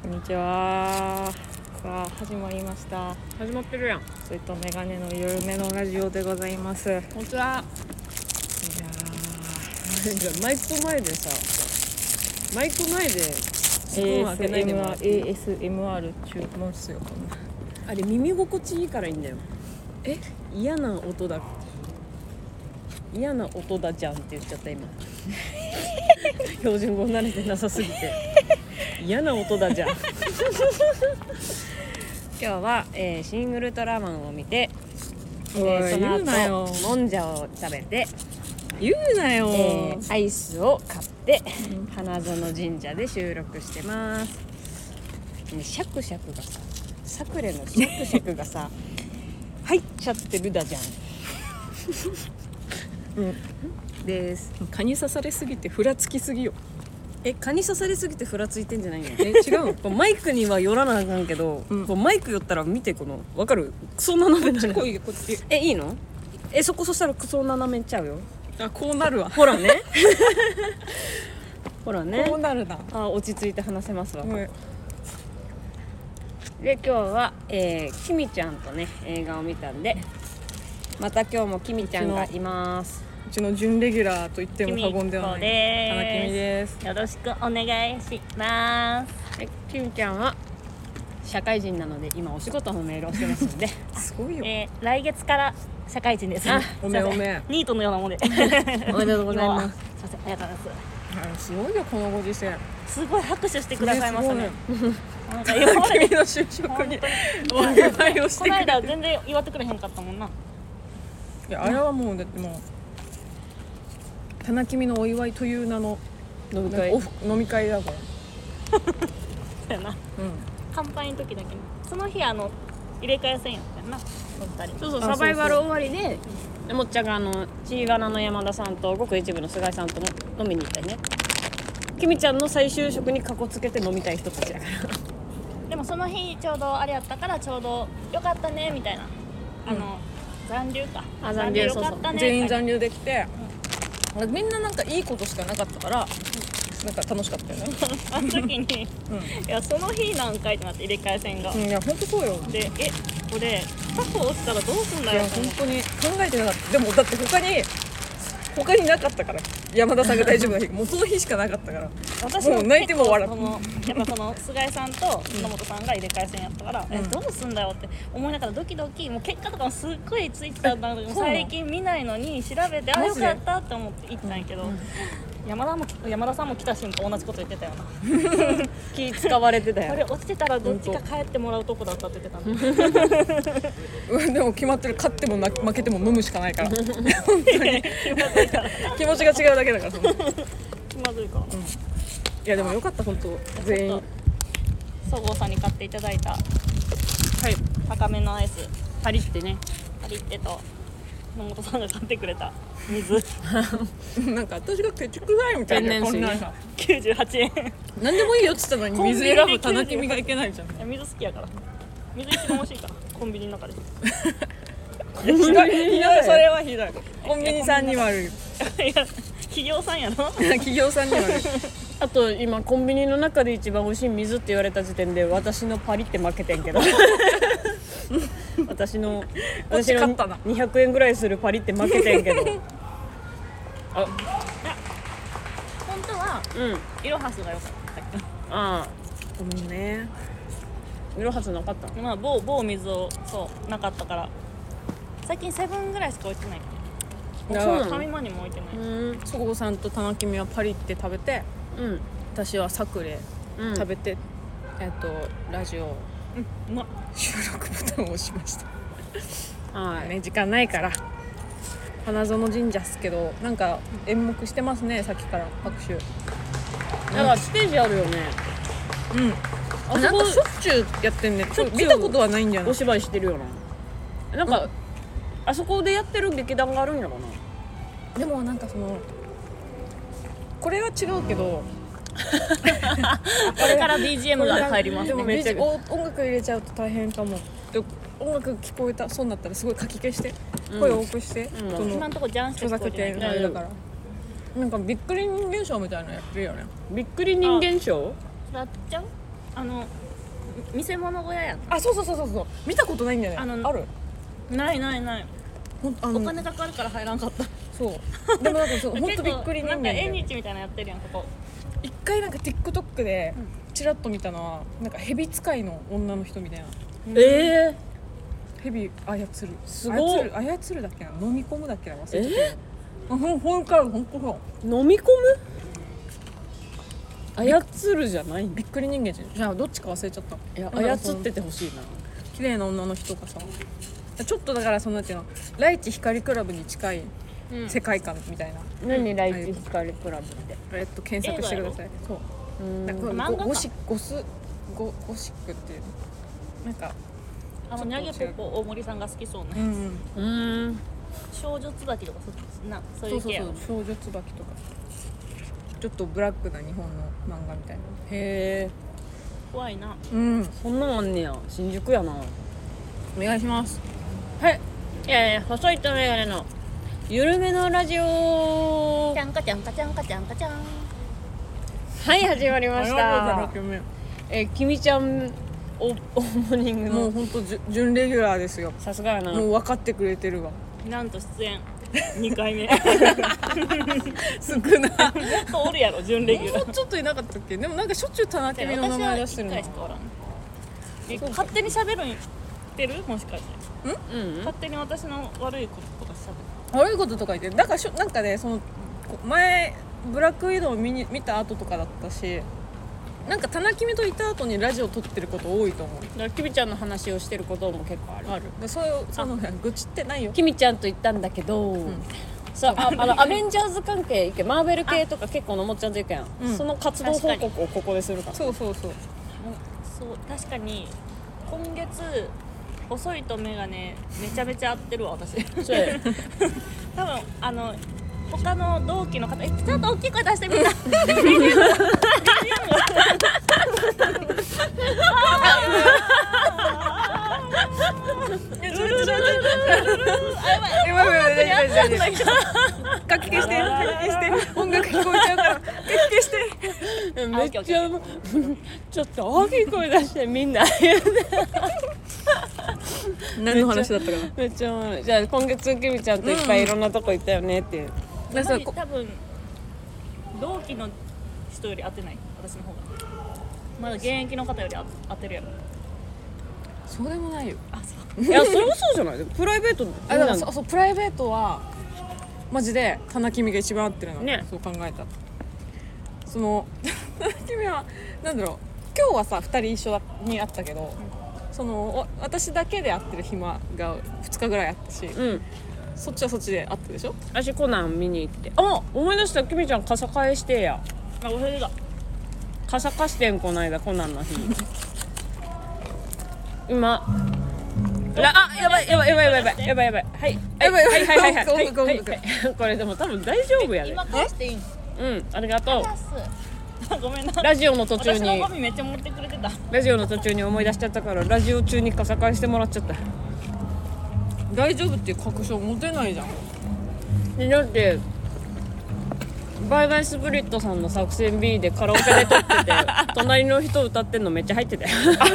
こんにちは。さあ始まりました。 始まってるやん。 それとメガネの緩めのラジオでございます。いやこんにちは。マイク前でスプーン開けないでもらっていい？ ASMR 注文っすよこんな。 あれ耳心地いいからいいんだよ。嫌な音だじゃんって言っちゃった今。標準語慣れてなさすぎて嫌な音だじゃん。今日は、シン・ウルトラマンを見て、その言うなよ後もんじゃを食べて、 言うなよ、 アイスを買って花園神社で収録してます。シャクシャクがさ、サクレのシャクシャクがさ入っちゃってるだじゃん。です。 蚊に刺されすぎてふらつきすぎよ。 蚊に刺されすぎてふらついてんじゃないの？違うの？マイクには寄らなあかんけど、こうマイク寄ったら見て、このわかる？クソ斜めになる。 こっち。 いいの？そしたらクソ斜めちゃうよ。 あ、こうなるわ。 ほらね。ほらね。 こうなるな。 落ち着いて話せますわ。 はい。 で今日は、キミちゃんとね映画を見たんで、また今日もキミちゃんがいます。 うちの準レギュラーと言っても過言ではない田中美です。 よろしくお願いします。 キミちゃんは社会人なので今お仕事のメールをしてますのですごいよ。 来月から社会人です。 おめおめ。 ニートのようなもんで。 おめでとうございます。 すいません、ありがとうございますごいよこのご時世。 す。すごい拍手してくださいましたね。なんか君の就職にお願いをしてくれて。 この間全然祝ってくれへんかったもんな。 いやあれはもうだってもう棚君のお祝いという名の飲み会。 飲み会だから。 そうやな。乾杯の時だけね。その日入れ替え戦やったよな。お二人。 そうサバイバル終わりで、もっちゃがチーガナの山田さんとごく一部の菅井さんとも飲みに行ったりね。キミちゃんの再就職にかこつけて飲みたい人たちだから。 でもその日ちょうどあれやったからちょうどよかったねみたいな。残留か。 残留よかったね。 全員残留できて、みんななんかいいことしかなかったから、なんか楽しかったよね。 あの時に、いやその日何回ってなって入れ替え戦が、 いや本当そうよ。 でこれスタッフ落ちたらどうすんだいやよと思って。 本当に考えてなかった。でもだって他になかったから、山田さんが大丈夫な日もうその日しかなかったから、 私もう泣いても笑ってやっぱその菅井さんと野本さんが入れ替え戦やったから、どうすんだよって思いながらドキドキ、もう結果とかもすっごいついてたんだけど、最近見ないのに調べてよかったって思って行ったんやけど、山田さんも来た瞬間同じこと言ってたよな。 気使われてたよ。 これ落ちてたらどっちか帰ってもらうとこだったって言ってたの。 でも決まってる。勝っても負けても飲むしかないから。本当に気まずいから気持ちが違うだけだから。 気まずいから。 いやでもよかった本当全員。 そごうさんに買っていただいたはい。 高めのアイスパリってね。 パリッテと野本さんが買ってくれた水なんか私がケチくさいみたいな。 天然水ねこんなさ 98円。 何でもいいよって言ったのにコンビニで水選ぶ棚君がいけないじゃん。 いや水好きやから。水一番美味しいからコンビニの中で。 ひどいそれはひどい。コンビニさんにもある。 いや企業さんやろ。 企業さんにもある。 あと今コンビニの中で一番美味しい水って言われた時点で私のパリって負けてんけど。私の勝ったな 200円ぐらいするパリって負けてんけど。 本当はイロハスが良かったああ、 ごめんね。 色はずなかったの。 まあ某水をそうなかったから、最近セブンぐらいしか置いてないかいやそうなのら。ファミマにも置いてない。 そごうさんと棚君はパリって食べて、 うん私はサクレ食べて、ラジオうまっ。 収録ボタンを押しました。 はい、 ね、時間ないから花園神社っすけど、なんか演目してますね、さっきから拍手。 だからステージあるよね。あそこなんかしょっちゅうやってんね。見たことはないんじゃないお？芝居してるよな。なんか、あそこでやってる劇団があるんやろな。 でもなんかこれは違うけど、 これから BGM が入りますでもね。 めっちゃ音楽入れちゃうと大変かも。で音楽聞こえたそうになったらすごい書き消して、声を多くして、そ今のんとこジャンしか著聞こえ作てないけど。 権あれだから、なんかびっくり人間賞みたいなのやってるよね。 びっくり人間賞？ やっちゃう？ 見せ物小屋やんあ、そう見たことないんだよね。あるないほんお金かかるから入らんかったそうでもなんかそうほんとびっくり人間なんかだよ縁日みたいなのやってるやんここ一回なんか TikTok でチラッと見たのはなんか蛇使いの女の人みたいな。蛇操るすごい操るだっけな、飲み込むだっけな、忘れてたけどほんからほんとそう飲み込む操るじゃないんだ。 びっくり人間じゃあどっちか忘れちゃった。 いやだから操っててほしいな。 綺麗な女の人がさ、ちょっとだからそのなんていうの、ライチ光クラブに近い世界観みたいな、 何ライチ光クラブって。 検索してください。そうなんか漫画かゴシックっていうなんかニャゲポポ大森さんが好きそうな少女椿とかそういう系やろ少女椿とかちょっとブラックな日本の漫画みたいな。 へえ。 怖いなそんなんあんねや。新宿やな。 お願いします。 はい。細いとメガネの緩めのラジオ。 ちゃんかちゃんかちゃんかちゃんかちゃんはい、始まりましあた。 りがとうございます。 きみちゃんオープニングのもう本当準レギュラーですよ。 さすがやな。 もう分かってくれてるわ。 なんと出演2回目少ない。 もっとおるやろ準レギュラーもうちょっといなかったっけ。でもなんかしょっちゅう田中美の名前出してるの。 私は1回しかおらん勝手に喋るんてるもしかして勝手に私の悪いこととか喋る悪いこととか言って、だからなんかね、その前ブラックウィドウを見た後とかだったし、なんか田中美といた後にラジオ撮ってること多いと思う。 だからきみちゃんの話をしてることも結構ある。 でそういうその愚痴ってないよ。 きみちゃんと言ったんだけど、そうアベンジャーズ関係いけ、マーベル系とか結構のもっちゃんといけん、その活動報告をここでするから。 そうそう確かに今月細いとメガネめちゃめちゃ合ってるわ私そうや多分他の同期の方ちょっと大きい声出してみんなかき消して音楽聞こえちゃうからかき消してめっちゃちょっと大きい声出してみんな何の話だったかな。 めっちゃおもろい。じゃあ今月きみちゃんといっぱいいろんなとこ行ったよねっていう。 多分同期の人より当てない私の方がまだ現役の方より当てるやろ。 そうでもないよ。 あそういやそれもそうじゃない。プライベートだからそうプライベートはマジで田中美が一番合ってるの、 ね、 そう考えたらその田中美はなんだろう、今日はさ2人一緒に会ったけど、その私だけで会ってる暇が2日ぐらいあったし、そっちはそっちで会ったでしょ。 私コナン見に行って、思い出した。きみちゃん傘返してや。 忘れてた。 傘貸してんこないだコナンの日今やばいはいこれでも多分大丈夫やで。 今返していいの？ ありがとうごめんな。 ラジオの途中に私のゴミめっちゃ持ってくれてた。 ラジオの途中に思い出しちゃったからラジオ中に傘返してもらっちゃった。 大丈夫っていう確証持てないじゃん。 でだってバイバイスプリットさんの作戦 B でカラオケで撮ってて隣の人歌ってんのめっちゃ入ってたよ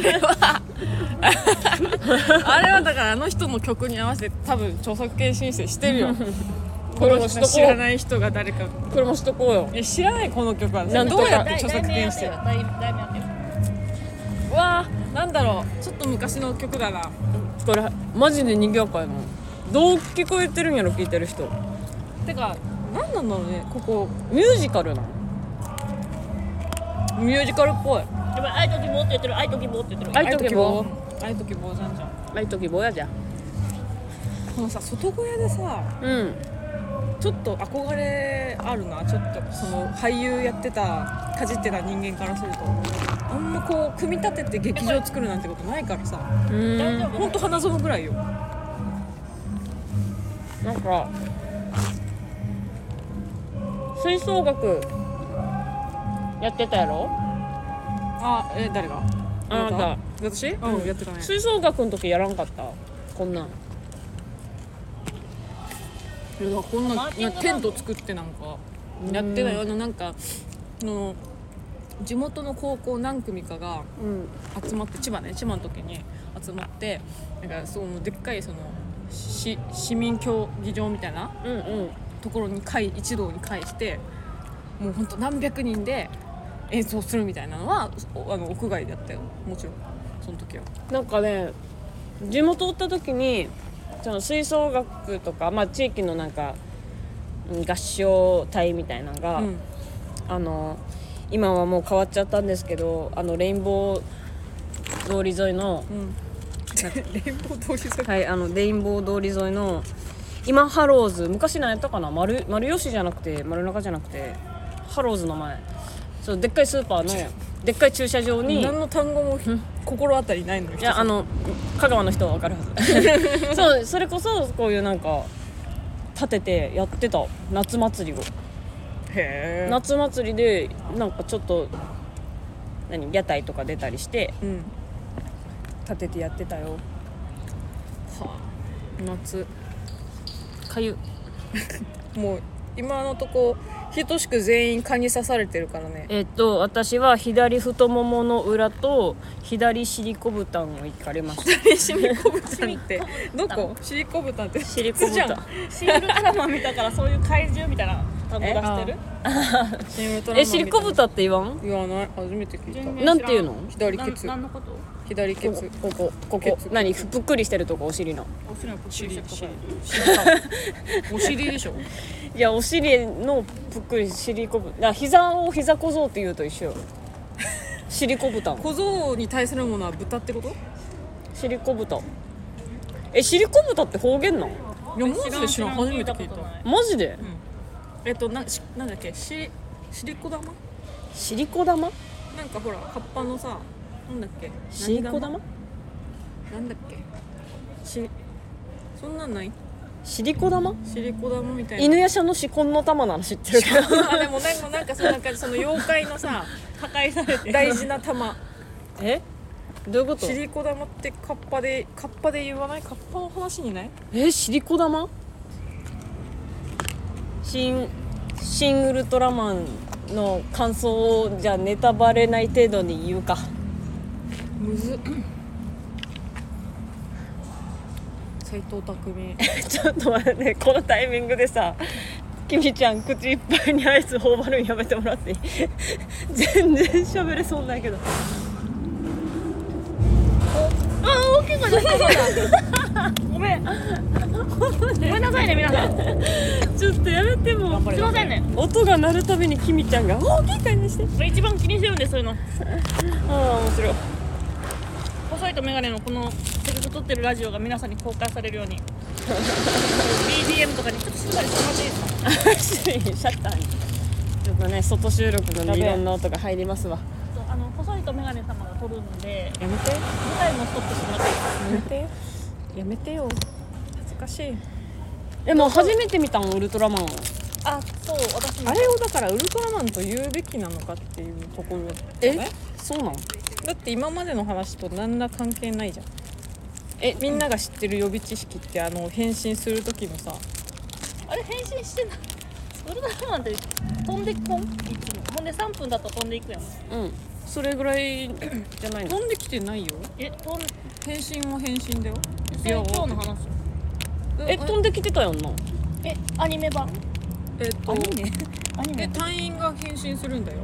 あれはだからあの人の曲に合わせて多分著作権申請してるよこれもしとこう。 知らない人が誰かこれもしとこうよ。 いや知らないこの曲はなんとかどうやって著作権してる題名当てようわーなんだろう、ちょっと昔の曲だな。 これマジで賑やかやな。どう聞こえてるんやろ聞いてる人。 てか何なんだろうね、ここミュージカルなの？ ミュージカルっぽい。 やばい、愛と希望って言ってる、愛と希望って言ってる。 愛と希望愛と希望じゃんじゃん。 愛と希望やじゃん。 このさ外小屋でさちょっと憧れあるな。ちょっとその俳優やってたかじってた人間からするとあんまこう組み立てて劇場作るなんてことないからさ、 大丈夫？ ほんと花園ぐらいよ。 なんか吹奏楽やってたやろ？ 誰が？ あなた。 私？やってたね。 吹奏楽の時やらんかった？こんなん。 いやこんなテント作ってなんかやってたような、なんかの地元の高校何組かがうん集まって、千葉の時に集まって、なんかそのでっかいその市民競技場みたいなうんうんところに一堂に会して、もうほんと何百人で演奏するみたいなのは屋外だったよ、もちろんその時は。 なんかね、地元おった時にその吹奏楽とか、まあ、地域のなんか合唱隊みたいなのが、今はもう変わっちゃったんですけど、レインボー通り沿いの、 レインボー通り沿い、 はい、レインボー通り沿いの今ハローズ、昔何やったかな、丸吉じゃなくて丸中じゃなくてハローズの前、そうでっかいスーパーのでっかい駐車場に、 何の単語も心当たりないのに、 いや香川の人は分かるはずそう、それこそこういうなんか立ててやってた夏祭りを、 へえ、 夏祭りでなんかちょっと屋台とか出たりしてうん立ててやってたよ。 はあ、夏かゆもう今のとこ等しく全員蚊に刺されてるからね。 私は左太ももの裏と左尻小豚をいかれましたシリコブタンってどこ？シリコブタンって尻小じゃん。 豚シールドラマ見たからそういう怪獣みたいな単語出してる。 シンウルトラマンみたいな尻小豚って言わん？ 言わない、初めて聞いた。 全然なんていうの？ 左ケツ、 何のこと？ 左ケツ、 ここ何ぷっくりしてるとこ、お尻の。 お尻のプッシュ尻してお尻でしょ。 いや、お尻のぷっくり、尻小豚、膝を膝小僧って言うと一緒よ尻小豚、 小僧に対するものは豚ってこと？ 尻小豚。尻小豚って方言なん？ いやマジで知らん、初めて聞いた。 マジで？ なんだっけ、しりこ玉？ 尻小玉？ なんかほら葉っぱのさ、なんだっけ？ 尻小玉？ なんだっけ？そんなんない？ 尻小玉？ しりこ玉みたいな。 犬夜叉の四魂の玉なの知ってるけどあ、でもなんかその妖怪のさ破壊されて大事な玉。 どういうこと？ しりこ玉ってカッパで言わない？カッパの話にない？ 尻小玉？新ウルトラマンの感想をじゃあネタバレない程度に言うか。 むずっ。斉藤匠ちょっと待ってね、このタイミングでさ、きみちゃん口いっぱいにアイス頬張るんやめてもらっていい？全然喋れそうないけど。 大きい声出したごめんごめんなさいね皆さん。 ちょっとやめてもう。 すいませんね。 音が鳴るたびにきみちゃんが大きい声にして。 一番気にしてるんですそういうの。 面白い。 細いとメガネのこのセリフ撮ってるラジオが皆さんに公開されるようにBGM とかにちょっと静かにしてもらっていいですか？ シャッターにちょっとね、外収録のいろんな音が入りますわ。 そう細いとメガネ様が撮るんでやめて舞台もストップしてもらっていいですか？ やめてよ、恥ずかしい。 もう初めて見たん、ウルトラマン。 あ、そう私もあれをだからウルトラマンと言うべきなのかっていうところだね。 そうなん？ だって今までの話と何ら関係ないじゃん。みんなが知ってる予備知識って変身する時のさ、 あれ変身してないウルトラマンって飛んでこんいつもほんで3分だと飛んでいくやん。 それぐらいじゃないの？ 飛んできてないよ。変身は変身だよ。 それ今日の話。 飛んできてたやんな。 アニメ版。アニメ隊員が変身するんだよ。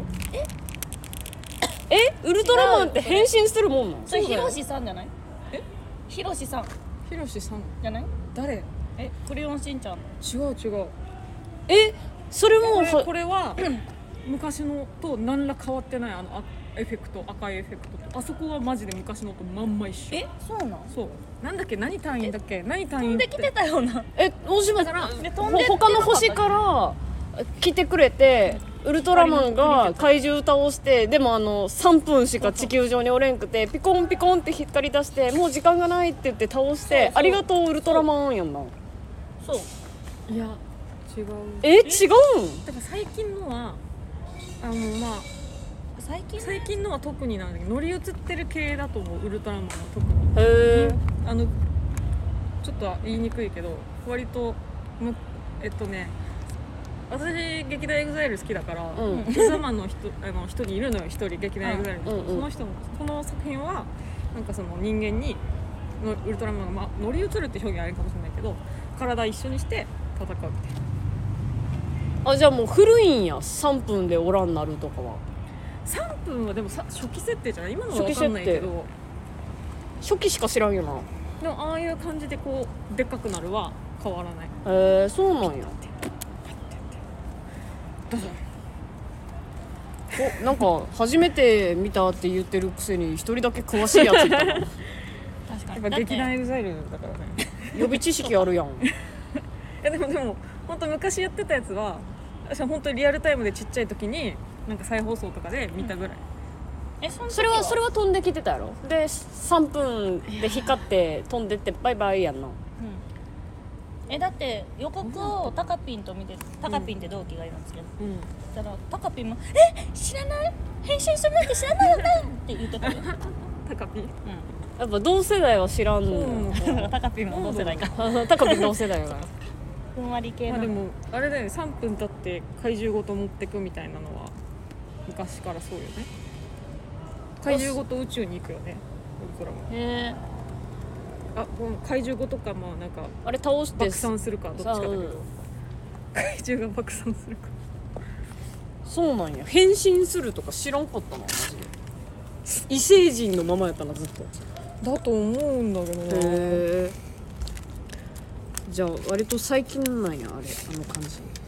ウルトラマンって変身するもんなん？ それヒロシさんじゃない？ヒロシさんヒロシさんじゃない？ 誰？ クレヨンしんちゃん。 違う。 それもこれは昔のと何ら変わってない。エフェクト、赤いエフェクトとあそこはマジで昔のとまんま一緒。 そうなん？ そう。なんだっけ、何隊員だっけ、何隊員飛んできてたような。 大島から他の星から来てくれて、ウルトラマンが怪獣倒して、でも3分しか地球上におれんくて、ピコンピコンって光り出して、もう時間がないって言って倒して、ありがとうウルトラマンやんな。 そういや違う。 違うん？ だから最近のは最近のは特になんだけど、乗り移ってる系だと思う。ウルトラマンは特にへえ。 ちょっと言いにくいけど割と私劇団 EXILE 好きだから、 うんウルトラマンの一人いるのよ、一人劇団 EXILE の人、 うんうんその人もこの作品はなんかその人間にのウルトラマンが、乗り移るって表現あれかもしれないけど、体一緒にして戦うみたいな。 あ、じゃあもう古いんや。3分でオラになるとかは。 3分はでも初期設定じゃない？今のは分かんないけど、 初期しか知らんよな。 でもああいう感じでこうでっかくなるは変わらない。 そうなんや。 どうぞ。 お、なんか初めて見たって言ってるくせに一人だけ詳しいやついたな。 確かやっにだってぱ劇団 EXILE だからね。 予備知識あるやん。 でも本当昔やってたやつは私は本当にリアルタイムでちっちゃい時になんか再放送とかで見たぐらい、 それは飛んできてたやろ。で3分で光って飛んでってバイバイやんな。 だって予告をタカピンと見て、タカピンって同期がいるんですけど、 うんそしたらタカピンも知らない、変身するなんて知らないよねって言ってたよ。 タカピーやっぱ同世代は知らんの。 だからタカピンも同世代か。 タカピ同世代やから。 ふんわり系の。 でもあれだよね、3分経って怪獣ごと持ってくみたいなのは昔からそうよね。怪獣ごと宇宙に行くよね、ウルトラマン。この怪獣ごとかなんかあれ倒して爆散するかどっちかだけど、 うん怪獣が爆散するか。 そうなんや。変身するとか知らんかったなマジで。異星人のままやったなずっと。 だと思うんだけどな。 じゃあ割と最近なんや、あの感じ。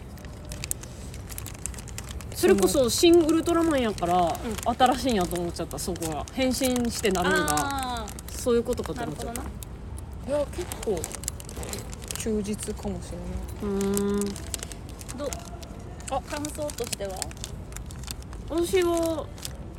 それこそ新ウルトラマンやから、新しいんやと思っちゃった。そこが変身してなるのがあそういうことかとなる思っちゃっほどな。 た。 いや結構忠実かもしれない。 ど感想としては私は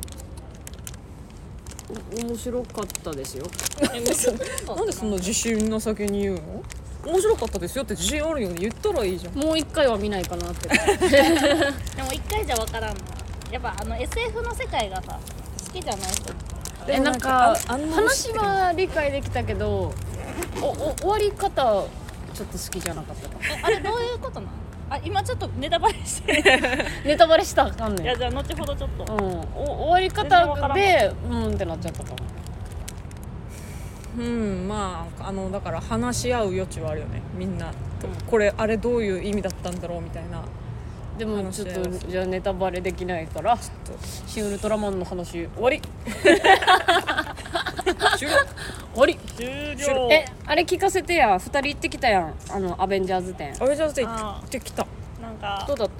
面白かったですよ。 なんでそんな自信な先に言うの？面白かったですよって自信あるように言ったらいいじゃん。 もう一回は見ないかなって。 でも一回じゃ分からんの。やっぱSF の世界がさ好きじゃない人。 なんかあんな話は理解できたけど、終わり方ちょっと好きじゃなかったかも。 あれどういうことなの？今ちょっとネタバレしてネタバレしたらあかんねん。 いやじゃあ後ほどちょっと、 終わり方でってなっちゃったかも。 だから話し合う余地はあるよね、みんなと。これあれどういう意味だったんだろうみたいな。 でもちょっとじゃあネタバレできないから新ウルトラマンの話終わり。 終了。 終わり。 終了。 あれ聞かせてや。2人行ってきたやん、アベンジャーズ展。 アベンジャーズで行ってきた。 なんかどうだった？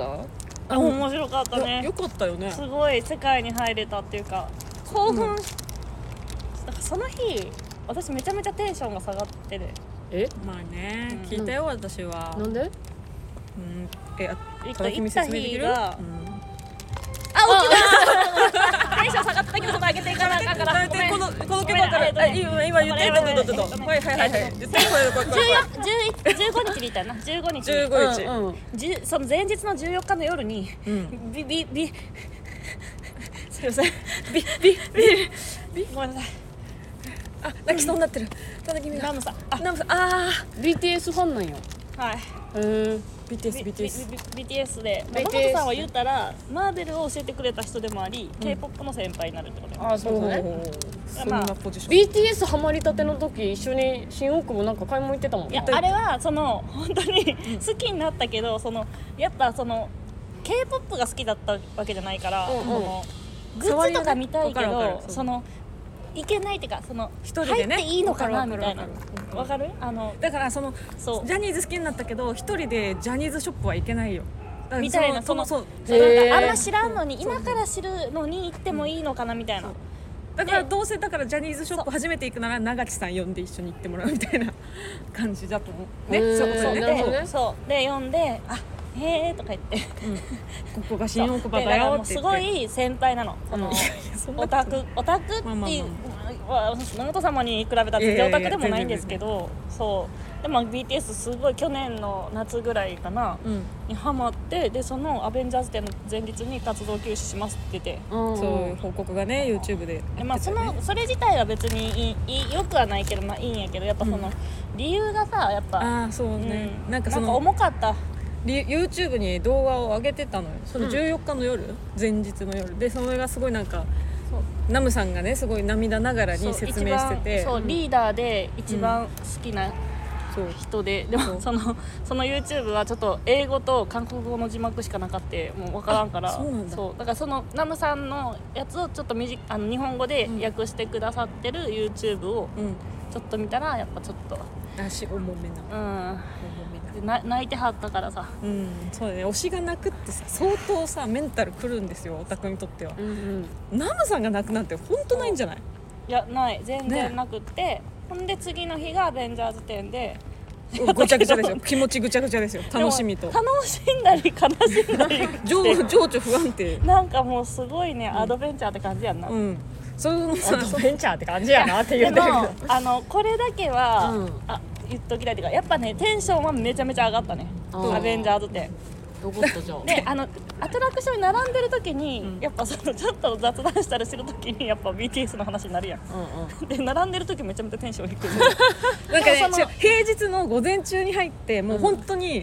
面白かったね。 よかったよね。 すごい世界に入れたっていうか興奮、なんかその日私めちゃめちゃテンションが下がってる。 まあね、聞いたよ私は。 なんで？ ただ君説明できる？ 行った日がテンション下がったけどちょっと上げていかなあかんから。ごめんこの曲だから今言ってどうぞ。はい絶対これ 15日にいたな。15日 15日。 その前日の14日の夜にすいませんごめんなさい。 泣きそうになってる。ただ君ナムさん BTS ファンなんや。 はい。BTS で野本さんは言うたらマーベルを教えてくれた人でもあり K-POP の先輩になるってことよ。 そうね。 そんなポジション。 BTS ハマりたての時一緒に新大久保なんか買い物行ってたもん。 いやあれは本当に好きになったけどやっぱK-POP が好きだったわけじゃないからグッズとか見たいけどいけないっていうか一人でね入っていいのかなみたいな。わかる？ だからジそうャニーズ好きになったけど一人でジャニーズショップは行けないよみたいな。 そうなんかあんま知らんのに今から知るのに行ってもいいのかなみたいな。 だからどうせジャニーズショップ初めて行くなら長地さん呼んで一緒に行ってもらうみたいな感じだと思うね。 そうで読んでへーとか言って、 ここが新大久保だよって言って。 すごい先輩なの。オタクっていう野本様に比べたら全然オタクでもないんですけど、でも BTS すごい去年の夏ぐらいかなにハマって、でそのアベンジャーズ展の前日に活動休止しますって言ってて、 そういう報告がね YouTube でそれ自体は別によくはないけどいいんやけど、やっぱ理由がさやっぱそうね、なんか重かった。 YouTube に動画を上げてたのよ。その14日の夜、前日の夜で、それがすごいなんかナムさんがねすごい涙ながらに説明してて、 そうリーダーで一番好きな人で、でもその YouTube はちょっと英語と韓国語の字幕しかなかってもう分からんから、 そうなんだ。 そうだからそのナムさんのやつをちょっと日本語で訳してくださってる YouTube をちょっと見たらやっぱちょっと足重めな、 泣いてはったからさ、 そうだね。推しが泣くってさ相当さメンタルくるんですよ、オタクにとっては。ナムさんが泣くなんて本当ないんじゃない？ いやない全然なくって、ほんで次の日がアベンジャーズ展でぐちゃぐちゃですよ。気持ちぐちゃぐちゃですよ。楽しみと楽しんだり悲しんだり情緒不安定。 なんかもうすごいね、アドベンチャーって感じやんな。 そのさアドベンチャーって感じやなって言ってるけでもこれだけは、言っときたいというか、やっぱねテンションはめちゃめちゃ上がったね、アベンジャーズ展どこったじゃん。 でアトラクションに並んでる時に、やっぱそのちょっと雑談したりする時にやっぱ BTS の話になるやん、で並んでる時めちゃめちゃテンション低いなんかね平日の午前中に入ってもう本当に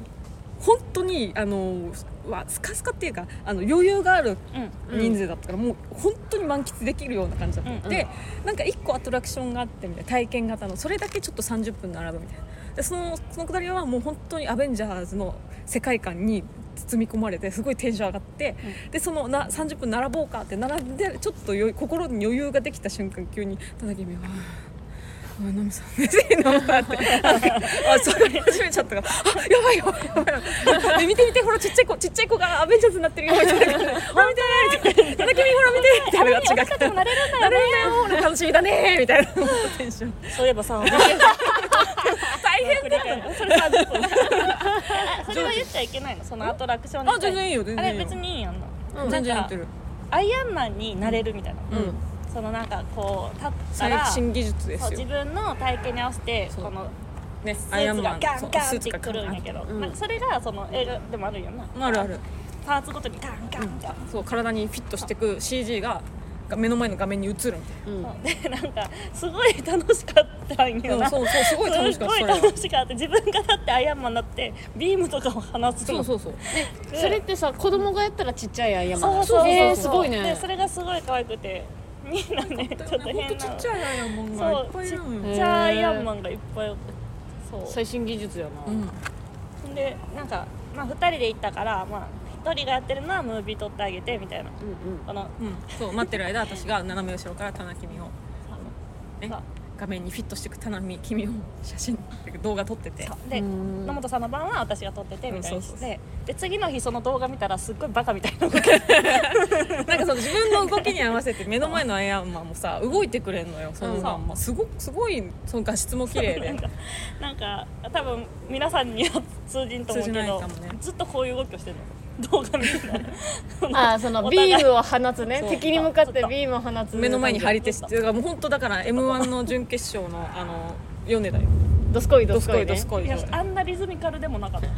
スカスカっていうか余裕がある人数だったから、もう本当に満喫できるような感じだった、でなんか1個アトラクションがあってみたいな、体験型のそれだけちょっと30分並ぶみたいな。でそのくだりはもう本当にアベンジャーズの世界観に包み込まれてすごいテンション上がって、でその30分並ぼうかって並んでちょっと心に余裕ができた瞬間、急に田中美はナムさんですね、ナムさんってそれ始めちゃったから、やばい見てほらちっちゃい子がアベンジャーズになってるよみたいな、ほら見て田中美ほら見てみたいな、違くてもなれるんだよね、楽しみだねみたいなテンション。 そういえばさ大変だよそれ30分それは言っちゃいけないの、そのアトラクションに全然いいよ、全然いいよ。 あれ別にいいやんな、 全然やってる。 アイアンマンになれるみたいな、そのなんかこう立ったら最新技術ですよ。 自分の体型に合わせてこのね、 スーツがガンガンってくるんやけど、 うん、 なんかそれがその映画でもあるよな。 あるある。 パーツごとにガンガンガン、 そう体にフィットしてく CG が目の前の画面に映るみたいな、でなんかすごい楽しかったんよな。 そうすごい楽しかった。 すごい楽しかった。自分がだってアイアンマンになってビームとかを放つの。 そうそれってさ、子供がやったらちっちゃいアイアンマン。 そうすごいね。 でそれがすごい可愛くて、みんなねちょっと変な、 ちっちゃいアイアンマンがいっぱいいるのよ。 ちっちゃいアイアンマンがいっぱい。そう最新技術やな。でなんか2人で行ったから、1人がやってるのはムービー撮ってあげてみたいな、 そう待ってる間、私が斜め後ろから田中美を画面にフィットしていく田中美を写真動画撮ってて、 で野本さんの番は私が撮っててみたいなで次の日その動画見たらすっごいバカみたいな動きなんかその自分の動きに合わせて目の前のアイアンマンもさ動いてくれんのよ。そのまんますごいその画質も綺麗でなんか多分皆さんには通じんと思うけど、ずっとこういう動きをしてるの動画見てた。そのビームを放つね、敵に向かってビームを放つ、 目の前に張り手してもう本当だから M1 の準決勝の米田よ。 どすこいいやあんなリズミカルでもなかった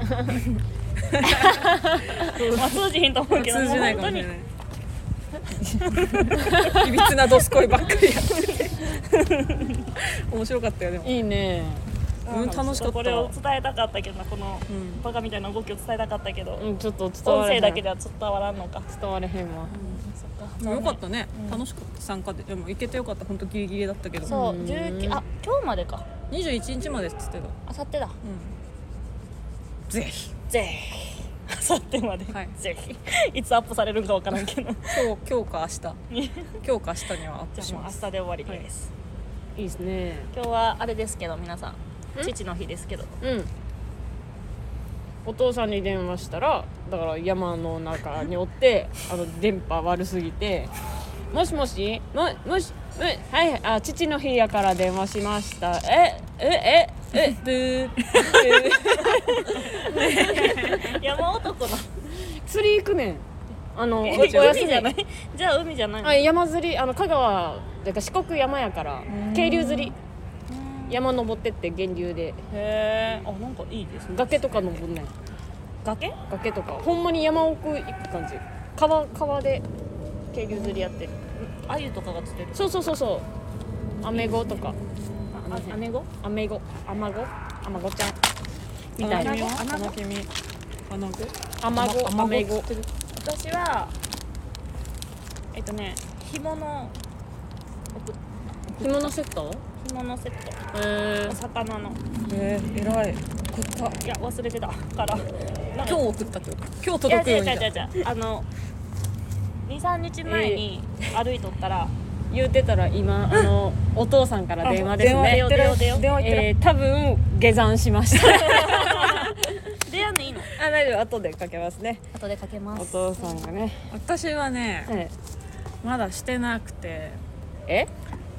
通じひんと思うけど、 通じないかもしれないいびつなどすこいばっかりやってて面白かったよ。でもいいね。 楽しかった。 これを伝えたかったけどな、このバカみたいな動きを伝えたかったけど、 ちょっと伝われへん。 音声だけでは伝わらんのか。 伝われへんわ。 そっか。よかったね。楽しかった。参加でも行けてよかった。本当ギリギリだったけど。 そう19今日までか。 21日までっつってた。 あさってだ。 ぜひあさってまで、ぜひいつアップされるかわからんけど今日か明日にはアップします。 明日で終わりです。 いいですね。 今日はあれですけど、皆さん父の日ですけど、 お父さんに電話したら、だから山の中におって電波悪すぎて、もしもしはい父の日やから電話しました。 山男な釣り行くねん。お海じゃないみ。 じゃあ海じゃない。 山釣り、香川だから四国山やから渓流釣り、山登ってって源流で。 へえ、なんかいいですね。 崖とか登んねん。崖とかほんまに山奥行く感じ。川で渓流釣りやってる。 鮎とかが釣れる。 そうアメゴとか。 アメゴちゃんみたいな。 穴子アマゴアマゴアメゴ私は干物干物セット干物セット、お魚の偉い食ったいや忘れてたから今日送ったって今日いや届くように違う23日前に歩いとったら、 言うてたら今お父さんから電話ですね。 電話出よう電話行ってる多分下山しました。 出やんでいいの大丈夫、後でかけますね。 後でかけます。 お父さんがね。 私はねはい、 まだしてなくてえ？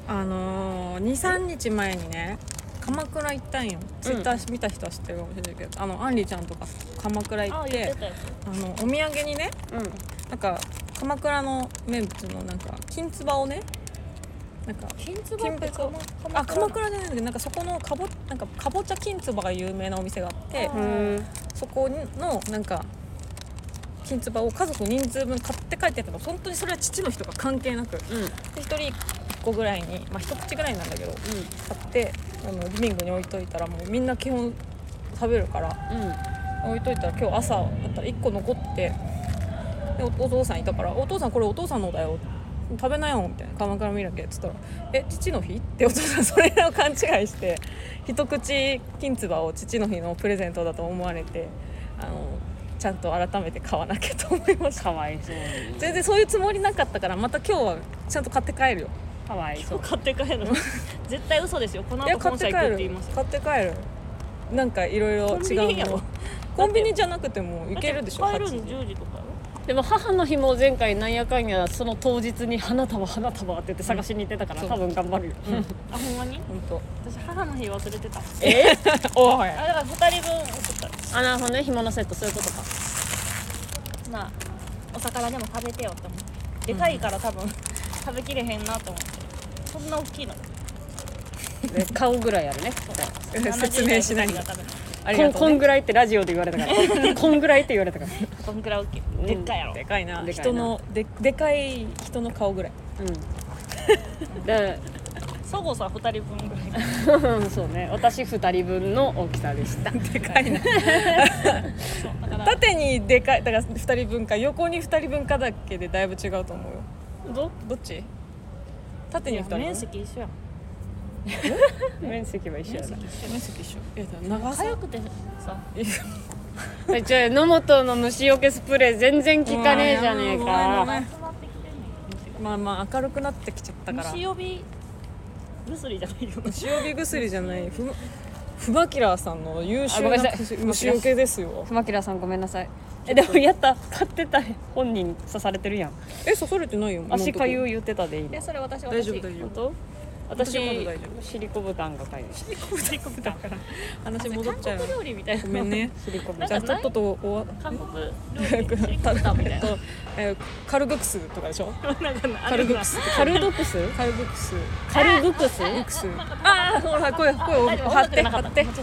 2,3 日前にね鎌倉行ったんよ、ツイッター見た人は知ってるかもしれないけどあんりちゃんとか鎌倉行って言ってたやつお土産にねうん。 なんか鎌倉の名物のなんか金つばをねなんか金つばって鎌倉じゃないんだけどなんかそこのかぼちゃ金つばが有名なお店があってそこのなんか金つばを家族人数分買って帰ってたの。本当にそれは父の日とか関係なく、で1人1個ぐらいに一口ぐらいなんだけど買ってリビングに置いといたらもうみんな基本食べるから置いといたら今日朝だったら1個残ってで お父さんいたから「お父さんこれお父さんのだよ食べなよ」みたいな「鎌倉見らけ」っつったら「父の日?」ってお父さんそれを勘違いして一口金つばを父の日のプレゼントだと思われてちゃんと改めて買わなきゃと思いました。 かわいそうに。 全然そういうつもりなかったからまた今日はちゃんと買って帰るよ。 かわいそう。 買って帰るの絶対嘘ですよ。このいや後本社行くって言いますよ。 買って帰るなんかいろいろ違うものコンビニじゃなくても行けるでしょ。 帰るの 8時 10時とかよ。 でも母の日も前回なんやかんやその当日に花束って言って探しに行ってたから、多分頑張るよ。 あ、ほんまに本私母の日忘れてた。 当。おいあ、だから2人分送ったなるほどね、干物セットそういうことか。 まあお魚でも食べてよって思う。でかいから多分食べきれへんなと思って。そんな大きいので顔ぐらいあるね。 説明しないんだ。ありがとうね。 こんぐらいってラジオで言われたからこんぐらいって言われたからこんくらい大きい。でっかいやろ。 でかいな。 でかいな人のでかい人の顔ぐらい。 でそごさ2人分ぐらい。 そうね、私2人分の大きさでした。 でかいな。 だから縦にでかいだから2人分か横に2人分かだけでだいぶ違うと思うよ。どっち？縦に2人分。 面積一緒やん。 面積は一緒やな。 面積一緒。いや長さ。 痒くてさ。 じゃあ野本の虫除けスプレー全然効かねえじゃねえごめんごか。 めん集まってきてんねん。 まあ明るくなってきちゃったから。 虫呼び薬じゃないよ。 虫呼び薬じゃないフマキラーさんの優秀なごめんなさい虫除けですよ。 熊木さんごめんなさい。でもやった買ってた本人刺されてるやん。 刺されてないよ。 足かゆ言ってたでいいの。 それ私大丈夫大丈夫。 本当？私私も大丈夫シリコブタンがかゆい。 だから話戻っちゃう韓国料理みたいな。 ごめんね。 シリコブなんかじゃあとっとと終わ韓国料理シリコブタンみたいな。 カルグクスとかでしょ。 なんかカルグクスカルドクス？ カルグクスカルグクス？ クスああほら声を張ってカルグクス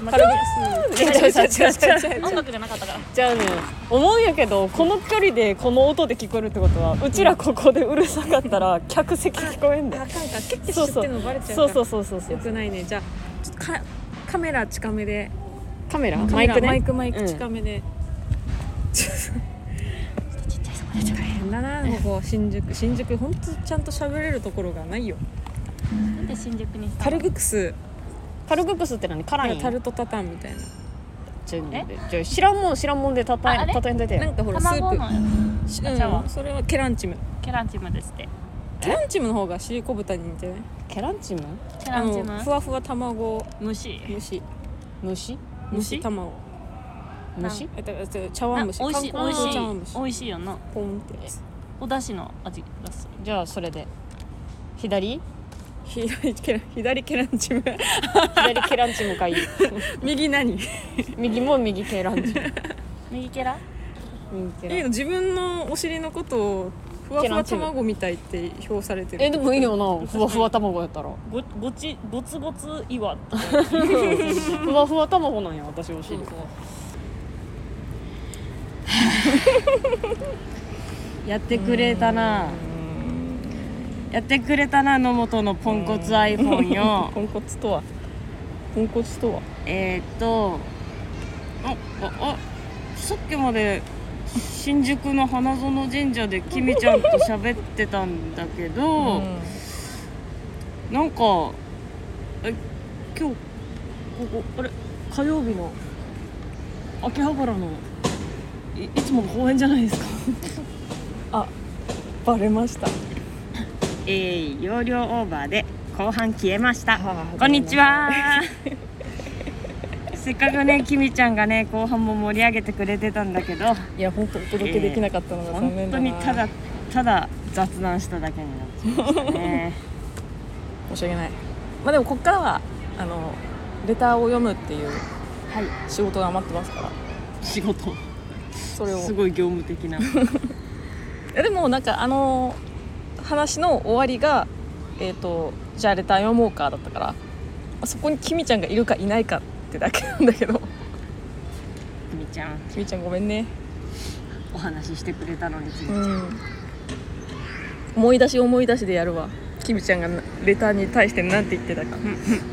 違う音楽じゃなかったから。 じゃあね、思うんやけどこの距離でこの音で聞こえるってことはうちらここでうるさかったら客席聞こえんだよ。 あかんかキュッて知ってるのバレちゃうからそうよくないね。じゃあちょっとカメラ近めでカメラママイクね。 イク近めで大変だなここ新宿ほんとちゃんと喋れるところがないよ。 なんで新宿にしたカの？ ルグクスカルグクスって何？辛いん？ タルトタタンみたいなじゃあ知らんもんで例えんでて。 なんかほらスープ卵のそれはケランチムケランチムですって。 ケランチムの方がシリコ豚に似てない？ ケランチム？ ケランチムふわふわ卵虫虫卵虫？ 茶碗蒸し美味しい韓国の茶碗蒸し美味しいよな。 ポンってやつ。 お出汁の味がする。 じゃあそれで左左ケランチム左ケランチムかいい。 右何？ 右も右ケランチム。 右ケラ？ 右ケラいいの自分のお尻のことをふわふわ卵みたいって評されてる。 でもいいよな、ふわふわ卵やったら。 ゴツゴツ岩。 ふわふわ卵なんや私お尻。やってくれたな。やってくれたな野本のポンコツ iPhone よ。 ポンコツとはさっきまで新宿の花園神社できみちゃんと喋ってたんだけど、なんか今日ここあれ火曜日の秋葉原の いつもの公園じゃないですか。 あ、バレました。 容量オーバーで後半消えました。 はあこんにちは。せっかくねきみちゃんがね後半も盛り上げてくれてたんだけど、 いや本当お届けできなかったのが残本念だな。 当にただ雑談しただけになっちゃいましたね。 申し訳ない。まあでもこっからはレターを読むっていうはい、 仕事が待ってますから、 仕事それをすごい業務的な。 でもなんか話の終わりがじゃあレター読もうかだったから、そこにきみちゃんがいるかいないかってだけなんだけど、 きみちゃんきみちゃんごめんね。 お話ししてくれたのについて、 思い出しでやるわ。きみちゃんがレターに対して何て言ってたか。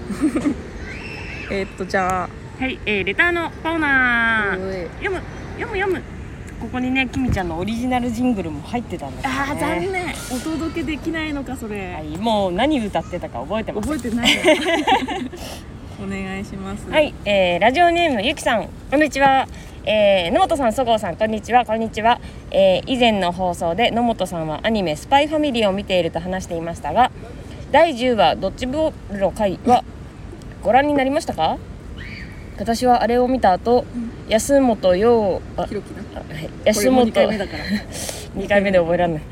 じゃあはい、レターのコーナー読む。ここにねきみちゃんのオリジナルジングルも入ってたんだけどね。 あー残念、お届けできないのかそれ。 はい、もう何歌ってたか覚えてます。 覚えてないよ。お願いします。 はい、ラジオネームゆきさんこんにちは。野本さん、そごうさん、こんにちは。以前の放送で野本さんはアニメスパイファミリーを見ていると話していましたが、第10話ドッジボールの回はご覧になりましたか？私はあれを見た後、安本陽ひろきな。 安本 2回目だから。 2回目で覚えられない、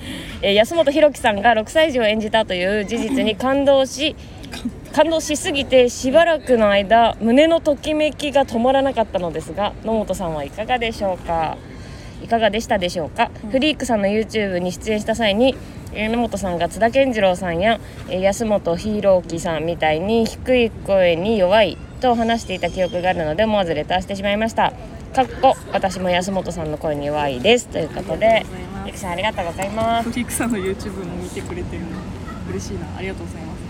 安本ひろきさんが6歳児を演じたという事実に感動しすぎてしばらくの間胸のときめきが止まらなかったのですが、野本さんはいかがでしたでしょうか？フリークさんの YouTube に出演した際に野本さんが津田健次郎さんや安本ひろきさんみたいに低い声に弱いと話していた記憶があるので思わずレターしてしまいました。私も安本さんの声に弱いですということで、ゆきさんありがとうございます。 フリークさんの YouTube も見てくれてるの嬉しいな、ありがとうございます。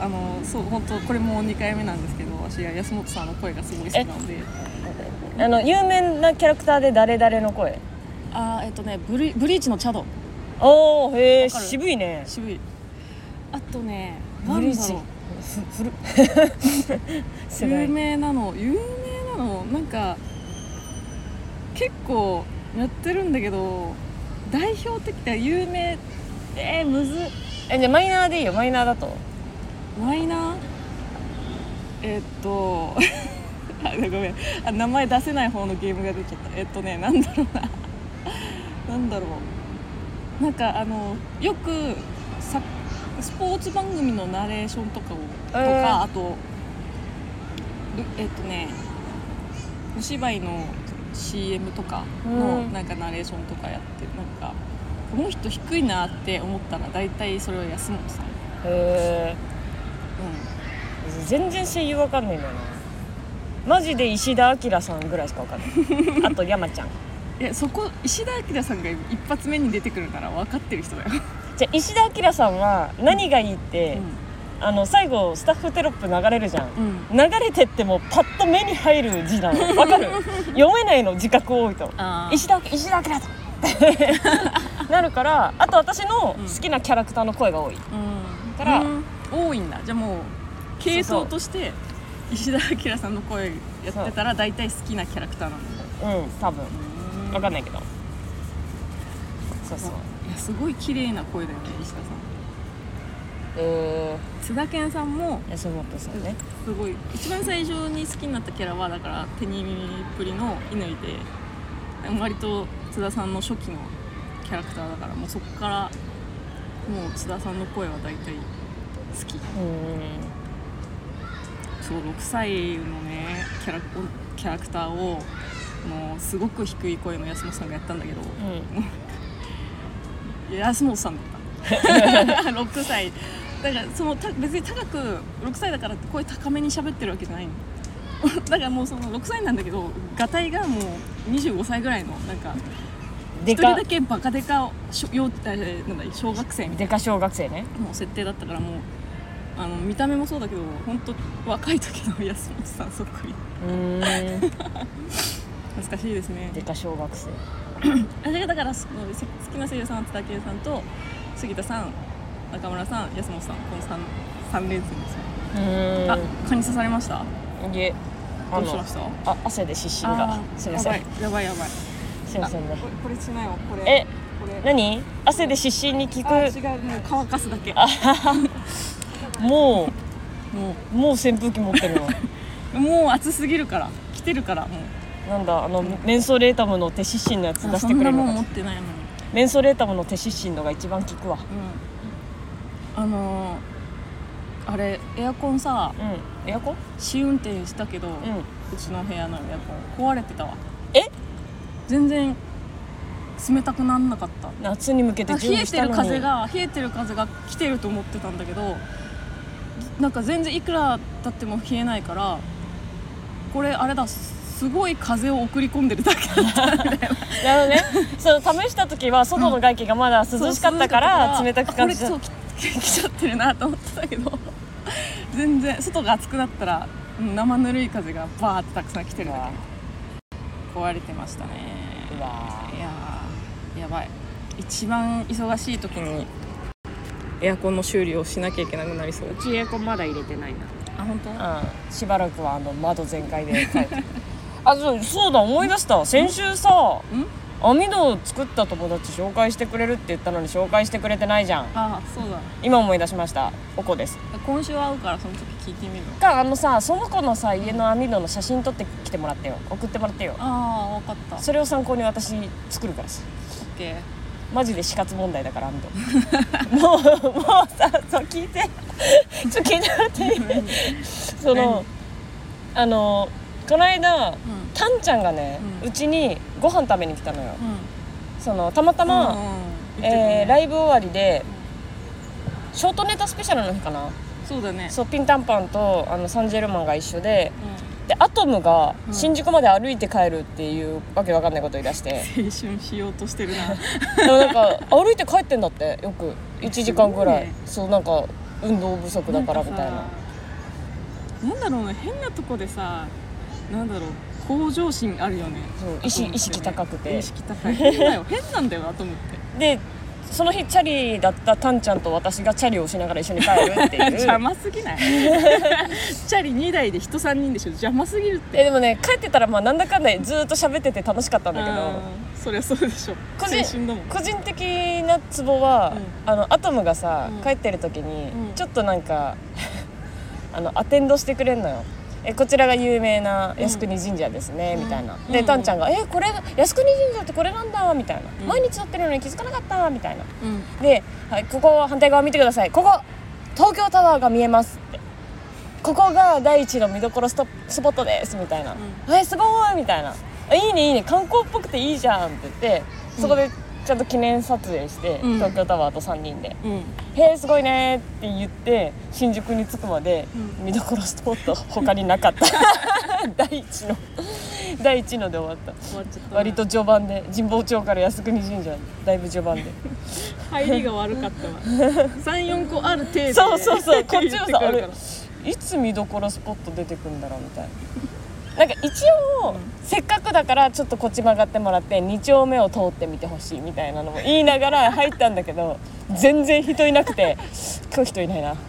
そう本当これも2回目なんですけど、私は安本さんの声がすごい好きなので。 有名なキャラクターで誰の声？ ブリーチのチャド。 おー、へー、 わかる？ 渋いね。 渋い。あとね、 ブリーチ有名なのなんか結構やってるんだけど、代表的な有名むずっ。 じゃあマイナーでいいよ。マイナーだとマイナーごめん、名前出せない方のゲームが出ちゃった。なんだろうなんかよくスポーツ番組のナレーションとかあとお芝居の CM とかのなんかナレーションとかやって、なんかこの人低いなって思ったら大体それは安本さん。 へー、全然声優わかんないんだよな。マジで石田明さんぐらいしかわかんない。あと山ちゃん。 そこ石田明さんが一発目に出てくるなら分かってる人だよ。 じゃあ石田明さんは何がいいって、最後スタッフテロップ流れるじゃん、流れてってもパッと目に入る字なの分かる？読めないの、自覚多いと。石田明さんってなるから、あと私の好きなキャラクターの声が多い、から、 多いんだ。じゃあもう系統として石田明さんの声やってたら大体好きなキャラクターなんだ。 多分分かんないけど、そういやすごい綺麗な声だよね、石田さん。津田健さんも安本さんね。 すごい一番最初に好きになったキャラはだからテニプリの乾で、割と津田さんの初期のキャラクターだから、もうそこからもう津田さんの声は大体好き。そう、6歳のねキャラクターをもうすごく低い声の安本さんがやったんだけど、安本さんだった6歳だから別に高く6歳だからって声高めに喋ってるわけじゃないのだからもうその6歳なんだけど、がたいがもう25歳ぐらいのなんか一人だけバカデカ小学生みたいなデカ小学生ね、 もう設定だったから、もう見た目もそうだけど本当若い時の安本さんそっくり。 懐かしいですね。 デカ小学生。 あれがだから好きな声優さんは津田健さんと杉田さん、中村さん、安本さん、この3連戦ですよ。あ、蚊に刺されました？ いえ、 どうしました？ 汗で湿疹が。すみません。 やばい。 すみませんね。 これしないよ。これ。 何？汗で湿疹に効く。 違う、もう乾かすだけ。 もう扇風機持ってるの。 もう暑すぎるから来てるからもう。 なんだメンソレータムの手湿疹のやつ出してくれるのか。 そんなもん持ってないのに。 メンソレータムの手湿疹のが一番効くわ。 あれエアコンさ、 エアコン試運転したけど、うちの部屋のエアコン壊れてたわ。全然冷たくなんなかった。 夏に向けて準備したのに。 冷えてる風が来てると思ってたんだけど、なんか全然いくら経っても冷えないから、これあれだ、すごい風を送り込んでるだけだったみたいな。 なるほどね。そう試した時は外の外気がまだ涼しかったから冷たく感じた。 これ来ちゃってるなと思ってたけど、全然外が暑くなったら生ぬるい風がバーってたくさん来てるだけ。壊れてましたね。 うわいややばい。一番忙しい時にエアコンの修理をしなきゃいけなくなりそう。 うちエアコンまだ入れてないな。 あ、本当？ しばらくは窓全開で帰ってあ、そうだ、思い出した。先週さ、網戸を作った友達紹介してくれるって言ったのに紹介してくれてないじゃん。 あ、そうだ。 今思い出しました。おこです。 今週会うからその時聞いてみる。 その子のさ家の網戸の写真撮ってきてもらってよ。送ってもらってよ。 ああ、分かった。 それを参考に私作るからさ。 オッケー。 マジで死活問題だから網戸もうさ、そう聞いてちょっと聞いてもらっていい？この間、タンちゃんがね、うちにご飯食べに来たのよ。たまたま、ライブ終わりでショートネタスペシャルの日かな。 そうだね。 そう、ピンタンパンとサンジェルマンが一緒で、でアトムが新宿まで歩いて帰るっていうわけわかんないこと言い出して、 青春しようとしてるな。 でもなんか歩いて帰ってんだって。よく1時間ぐらい。そう、なんか運動不足だからみたいな。 なんだろうね、変なとこでさ、なんだろう、向上心あるよね。 そう、意識高くて。 意識高い。変なんだよなと思って。 でその日チャリだったタンちゃんと私がチャリをしながら一緒に帰るっていう邪魔すぎない？チャリ2台で人3人でしょ。邪魔すぎるって。 でもね、帰ってたらなんだかんだずっと喋ってて楽しかったんだけど、 そりゃそうでしょ。 個人的なツボは、アトムがさ、帰ってる時に、ちょっとなんかアテンドしてくれんのよ。こちらが有名な靖国神社ですね、みたいな。でタンちゃんがこれ靖国神社ってこれなんだみたいな、毎日撮ってるのに気づかなかったみたいな、で、はい、ここ反対側見てください、ここ東京タワーが見えますって、ここが第一の見どころスポットですみたいな、すごいみたいな、いいね観光っぽくていいじゃんって言って、そこでちゃんと記念撮影して、東京タワーと3人で、へえすごいねって言って新宿に着くまで、見どころスポット他になかった第一ので終わった。割と序盤で、神保町から靖国神社だいぶ序盤で入りが悪かったわ。3,4 個ある程度でそうこっちはさ、あれいつ見どころスポット出てくんだろうみたいな。なんか一応、せっかくだからちょっとこっち曲がってもらって2丁目を通ってみてほしいみたいなのも言いながら入ったんだけど、全然人いなくて今日人いないな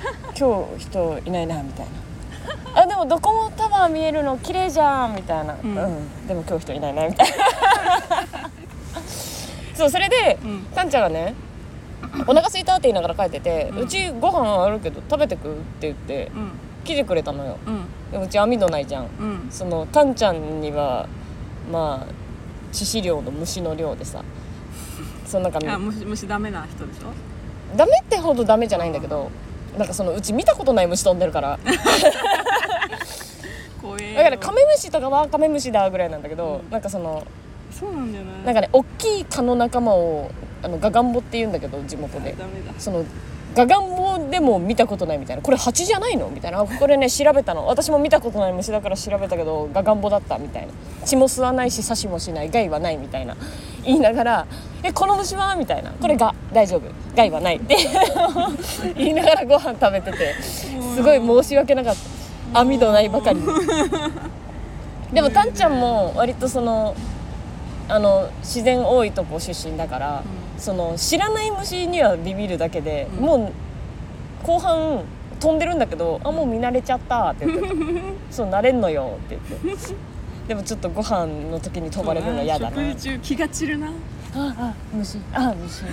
みたいな。でもどこもタワー見えるの綺麗じゃんみたいな、でも今日人いないなみたいなそうそれで、タンちゃんがね、お腹空いたって言いながら帰ってて、うちご飯あるけど食べてくって言って、来てくれたのよ。でもうち網戸ないじゃん。そのタンちゃんには致死量の虫の量でさ、そのなんか虫ダメな人でしょ。 ダメってほどダメじゃないんだけど、なんかうち見たことない虫飛んでるからだからカメムシとかはカメムシだぐらいなんだけど、なんかそうなんだよね。 なんかね、大きい蚊の仲間をガガンボって言うんだけど、地元でダメだ。 ガガンボでも見たことないみたいな、これ蜂じゃないのみたいな、これね調べたの、私も見たことない虫だから調べたけどガガンボだったみたいな、血も吸わないし刺しもしない、害はないみたいな言いながら、この虫はみたいな、これが大丈夫、害はないって言いながらご飯食べてて、すごい申し訳なかった。網戸ないばかりでもたんちゃんも割とその自然多いとこ出身だから、その知らない虫にはビビるだけで、もう後半飛んでるんだけど、もう見慣れちゃったって言ってそう慣れんのよって言ってでもちょっとご飯の時に飛ばれるのが嫌だな。 食事中気が散るな。 虫みたいな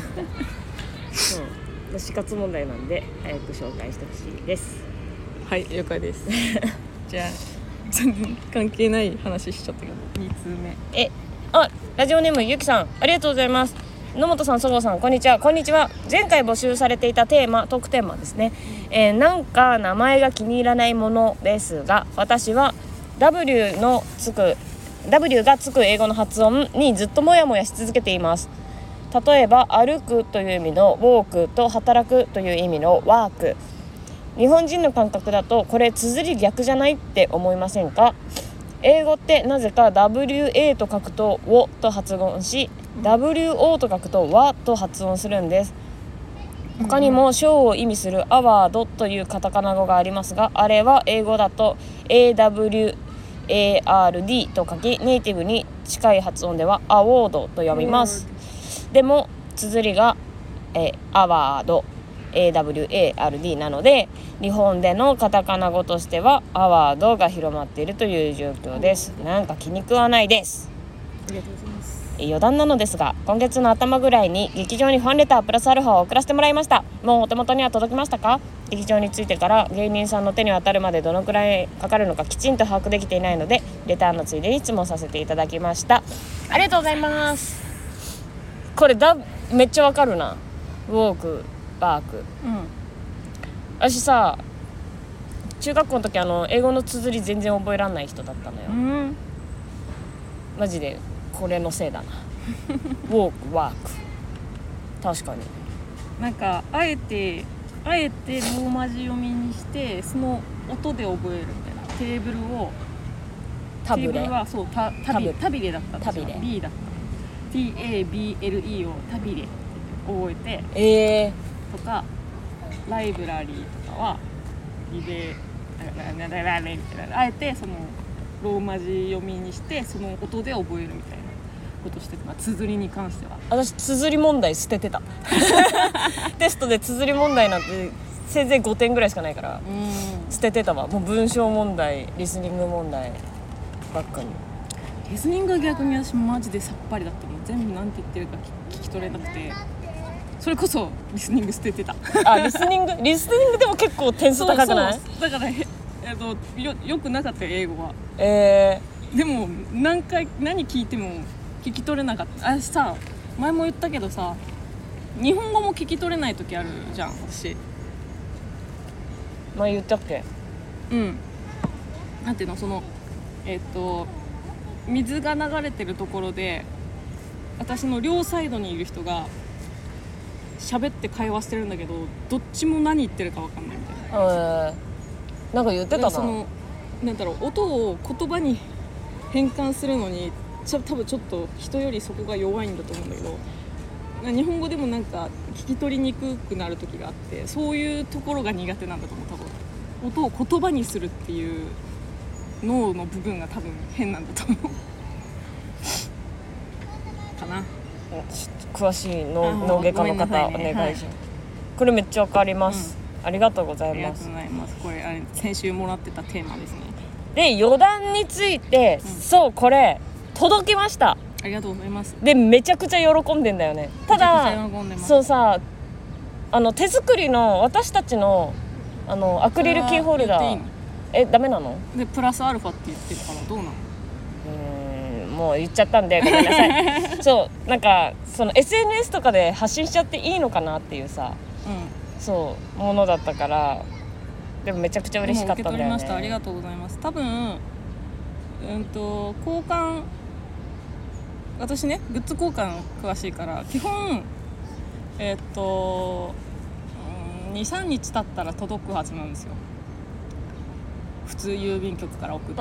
そう死活問題なんで早く紹介してほしいです。 はい了解ですじゃあ全然関係ない話しちゃったけど2通目ラジオネームゆきさんありがとうございます。野本さん、そごうさん、こんにちは。こんにちは。前回募集されていたテーマ、トークテーマですね。なんか名前が気に入らないものですが、私は W がつく英語の発音にずっとモヤモヤし続けています。例えば歩くという意味の walk と働くという意味の work。日本人の感覚だとこれ綴り逆じゃないって思いませんか？英語ってなぜか WA と書くと W と発音し、WO と書くと WA と発音するんです。他にも賞を意味するアワードというカタカナ語がありますが、あれは英語だと AWARD と書き、ネイティブに近い発音ではアワードと読みます。でも綴りがアワード AWARD なので、日本でのカタカナ語としてはアワードが広まっているという状況です。なんか気に食わないです。 ありがとうございます。 余談なのですが、今月の頭ぐらいに劇場にファンレタープラスアルファを送らせてもらいました。もうお手元には届きましたか？劇場についてから芸人さんの手に渡るまでどのくらいかかるのかきちんと把握できていないので、レターのついでに質問させていただきました。ありがとうございます。これめっちゃわかるな。ウォークバーク、私さ中学校の時英語の綴り全然覚えらんない人だったのよ、マジでこれのせいだなウォークワーク、確かになんかあえてローマ字読みにしてその音で覚えるみたいな。テーブルタブレ、 テーブルはそうタビレだったんですよ。 タビレ B だった。TABLE をタビレって覚えて、とかライブラリーとかはリベラみたいな、あえてそのローマ字読みにしてその音で覚えるみたいなことしてた。綴りに関しては私綴り問題捨ててたテストで綴り問題なんてせいぜい5点ぐらいしかないから捨ててたわ。もう文章問題、リスニング問題ばっかり。 リスニングは逆に私マジでさっぱりだった。もう全部なんて言ってるか聞き取れなくて、それこそリスニング捨ててたリスニングでも結構点数高くない？ そうだからよくなかったよ英語は。でも何聞いても聞き取れなかった。私さ前も言ったけどさ、日本語も聞き取れない時あるじゃん私。 前言ったっけ？ なんていうの、その水が流れてるところで私の両サイドにいる人が喋って会話してるんだけど、どっちも何言ってるか分かんないみたいな。 なんか言ってたな。 そのなんだろう、音を言葉に変換するのに多分ちょっと人よりそこが弱いんだと思うんだけど、日本語でもなんか聞き取りにくくなる時があって、そういうところが苦手なんだと思う。多分音を言葉にするっていう脳の部分が多分変なんだと思うかな。 詳しい脳外科の方お願いします。これめっちゃわかります、ありがとうございます。 これ先週もらってたテーマですね。 で余談について、そうこれ届きました。 ありがとうございます。 でめちゃくちゃ喜んでんだよね。ただそうさ、手作りの私たちのアクリルキーホルダーダメなの？ でプラスアルファって言ってるからどうなの？ もう言っちゃったんでごめんなさいそうなんかその SNS とかで発信しちゃっていいのかなっていうさ、そうものだったから、でもめちゃくちゃ嬉しかったんだよね。 受け取りました。ありがとうございます。多分交換、私ねグッズ交換詳しいから基本2,3 日経ったら届くはずなんですよ。普通郵便局から送って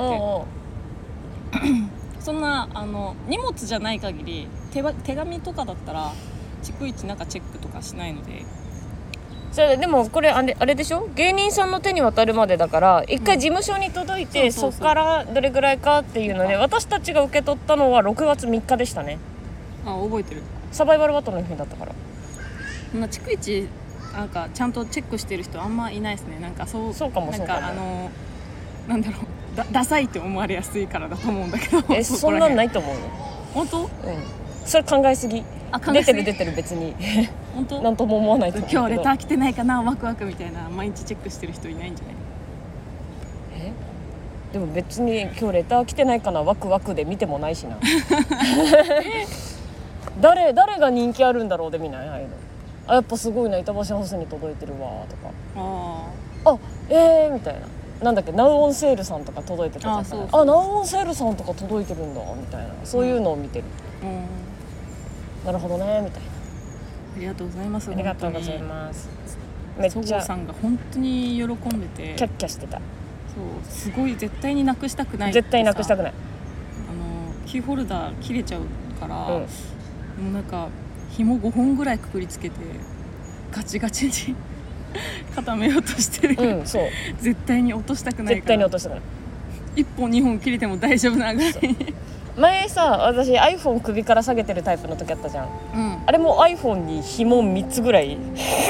そんな荷物じゃない限り手紙とかだったら逐一なんかチェックとかしないので、 それでもこれあれでしょ、芸人さんの手に渡るまでだから一回事務所に届いて、そっからどれぐらいかっていうので、私たちが受け取ったのは6月3日でしたね。 あ、覚えてる。 サバイバルバトルの日だったから。 そんな逐一なんかちゃんとチェックしてる人あんまいないですね。なんかそうかもそうかも。 なんかなんだろう、ダサいって思われやすいからだと思うんだけど。 そんなんないと思うよ。 本当？ うん。それ考えすぎ。出てる別に。 本当？ なんとも思わないと思うけど。 今日レター来てないかな、ワクワクみたいな毎日チェックしてる人いないんじゃない？ でも別に今日レター来てないかなワクワクで見てもないしな。誰が人気あるんだろうで見ない？ああいうの。あ、やっぱすごいな、板橋ハウスに届いてるわとか。みたいな。なんだっけ、ナウオンセールさんとか届いてたじゃん。ナウオンセールさんとか届いてるんだみたいな、そういうのを見てる。なるほどねみたいな。 ありがとうございます。 ありがとうございます。めっちゃそごさんが本当に喜んでてキャッキャしてた。 そうすごい、絶対になくしたくない。 絶対なくしたくない。 キーホルダー切れちゃうから、もうなんか紐5本ぐらいくくりつけてガチガチに固めようとしてる。そう絶対に落としたくないから。 絶対に落としたくない。 1本2本切れても大丈夫なぐらいに。 前さ、私 iPhone 首から下げてるタイプの時あったじゃん、あれも iPhone に紐3つぐらい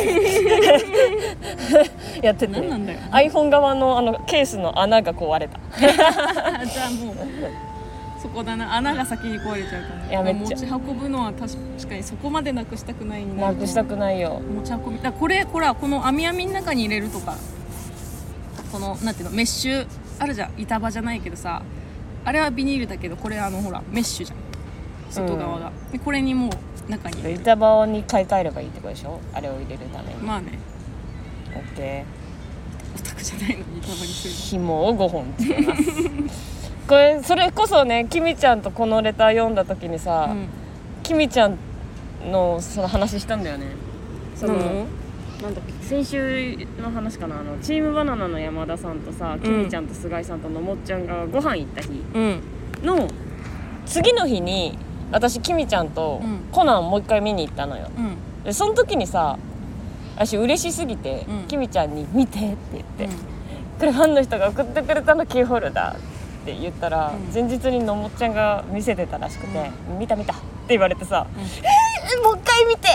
やってて、 何なんだよ。 iPhone 側のケースの穴が壊れた。 じゃあもうそこだな、穴が先に壊れちゃうから。 いやめっちゃ持ち運ぶのは確かにそこまでなくしたくないになる。 なくしたくないよ。 持ち運びだ。これほら、この網網の中に入れるとか、このなんていうの、メッシュあるじゃん。板場じゃないけどさ、あれはビニールだけど、これほらメッシュじゃん、外側が、でこれにもう中に入れる。 板場に買い替えればいいってことでしょ、あれを入れるために。 まあね、 オッケオタクじゃないのに板場にする。 紐を5本つけますこれそれこそね、キミちゃんとこのレター読んだ時にさ、キミちゃんのその話したんだよね。なんだっけ、先週の話かな、チームバナナの山田さんとさ、キミちゃんと菅井さんとのもっちゃんがご飯行った日の次の日に、私キミちゃんとコナンもう一回見に行ったのよ、でその時にさ、私嬉しすぎて、キミちゃんに「見て」って言って、これファンの人が送ってくれたの、キーホルダーって言ったら、前日にのもっちゃんが見せてたらしくて、見たって言われてさ、もう一回見て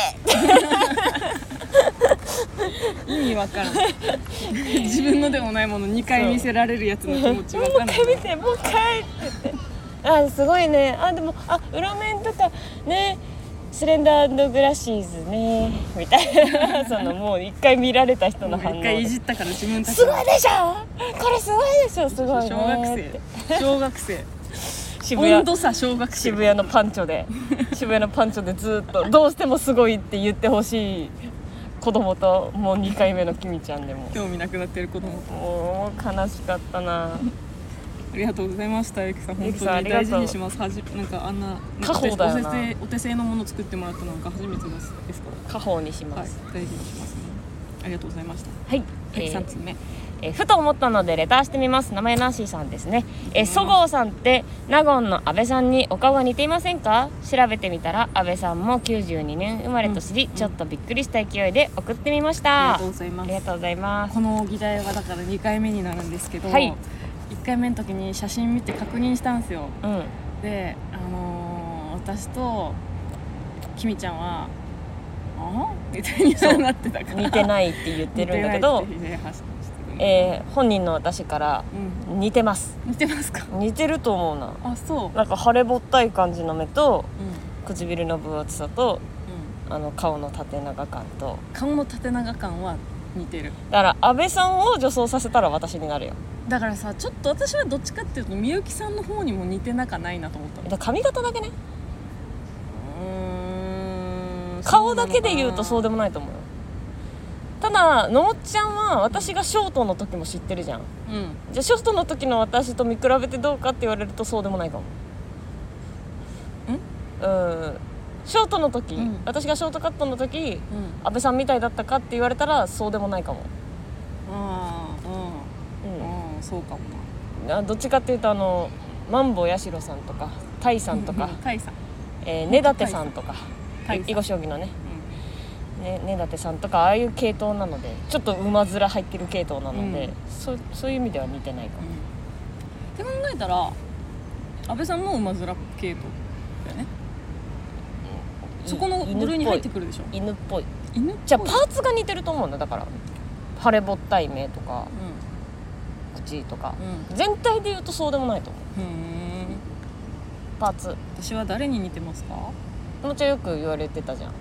意味わからん。自分のでもないもの2回見せられるやつの気持ちわかんない。 もう一回見て、もう一回って言って、すごいね、でも裏面とかね、スレンダーグラシーズねみたいなそのもう一回見られた人の反応、 一回いじったから自分たちすごいでしょ、これすごいでしょ、すごいねって小学生温度差小学生、 渋谷のパンチョでずっとどうしてもすごいって言ってほしい子供と、もう2回目のキミちゃんでも興味なくなってる子供と、 もう悲しかったな。 ありがとうございました。ゆきさん本当に大事にします。なんかあんな家宝だよな。 お手製のもの作ってもらったのが初めてですか？ 家宝にします、 大事にしますね。ありがとうございました。 はい、 3つ目、 ふと思ったのでレターしてみます。名前ナンシーさんですね。そごうさんって納言の安倍さんにお顔が似ていませんか？調べてみたら安倍さんも92年生まれと知り、ちょっとびっくりした勢いで送ってみました。 ありがとうございます。 ありがとうございます。 この議題はだから2回目になるんですけど、 はい、 1回目の時に写真見て確認したんですよ、で、私ときみちゃんはみたいになってたから、 似てないって言ってるんだけど、本人の私から似てます、 似てますか？ 似てると思うな。 あ、そう。 なんか腫れぼったい感じの目と、唇の分厚さと、顔の縦長感と、 顔の縦長感は似てる。 だから安倍さんを女装させたら私になるよ。 だからさ、ちょっと私はどっちかっていうとみゆきさんの方にも似てなかないなと思ったの。 髪型だけね、顔だけで言うとそうでもないと思うよ。ただのもっちゃんは私がショートの時も知ってるじゃん、じゃあショートの時の私と見比べてどうかって言われるとそうでもないかも。ショートの時、私がショートカットの時、安倍さんみたいだったかって言われたらそうでもないかも。 そうかもな。どっちかっていうとマンボウヤシロさんとかタイさんとか、 タイさん、 根立さんとか囲碁将棋のね、 ねだてさんとかああいう系統なので、ちょっと馬面入ってる系統なので、そういう意味では似てないかも、 って考えたら安倍さんも馬面系統だよね。そこの部類に入ってくるでしょ。 犬っぽい。 犬っぽい。 じゃあパーツが似てると思うんだ。だから腫れぼったい目とか、口とか、全体で言うとそうでもないと思う。パーツ。 私は誰に似てますか？ もちろんよく言われてたじゃん、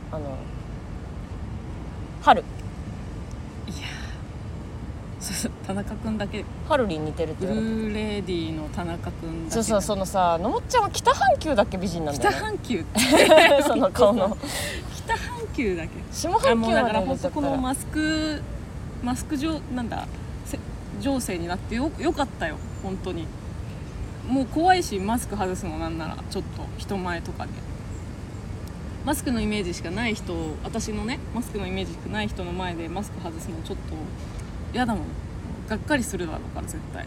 春。 いや田中くんだけ。 春に似てるってブル言われてーレディの田中くんだけ。 そうそのさ、のもっちゃんは北半球だけ美人なんだよね。 北半球ってその顔の北半球だけ。 下半球もうだからまで本当このマスク情勢になってよかったよ本当に。もう怖いしマスク外すのなんならちょっと人前とかでマスクのイメージしかない人、私のねマスクのイメージしかない人の前でマスク外すのちょっと嫌だもん。がっかりするだろうから絶対。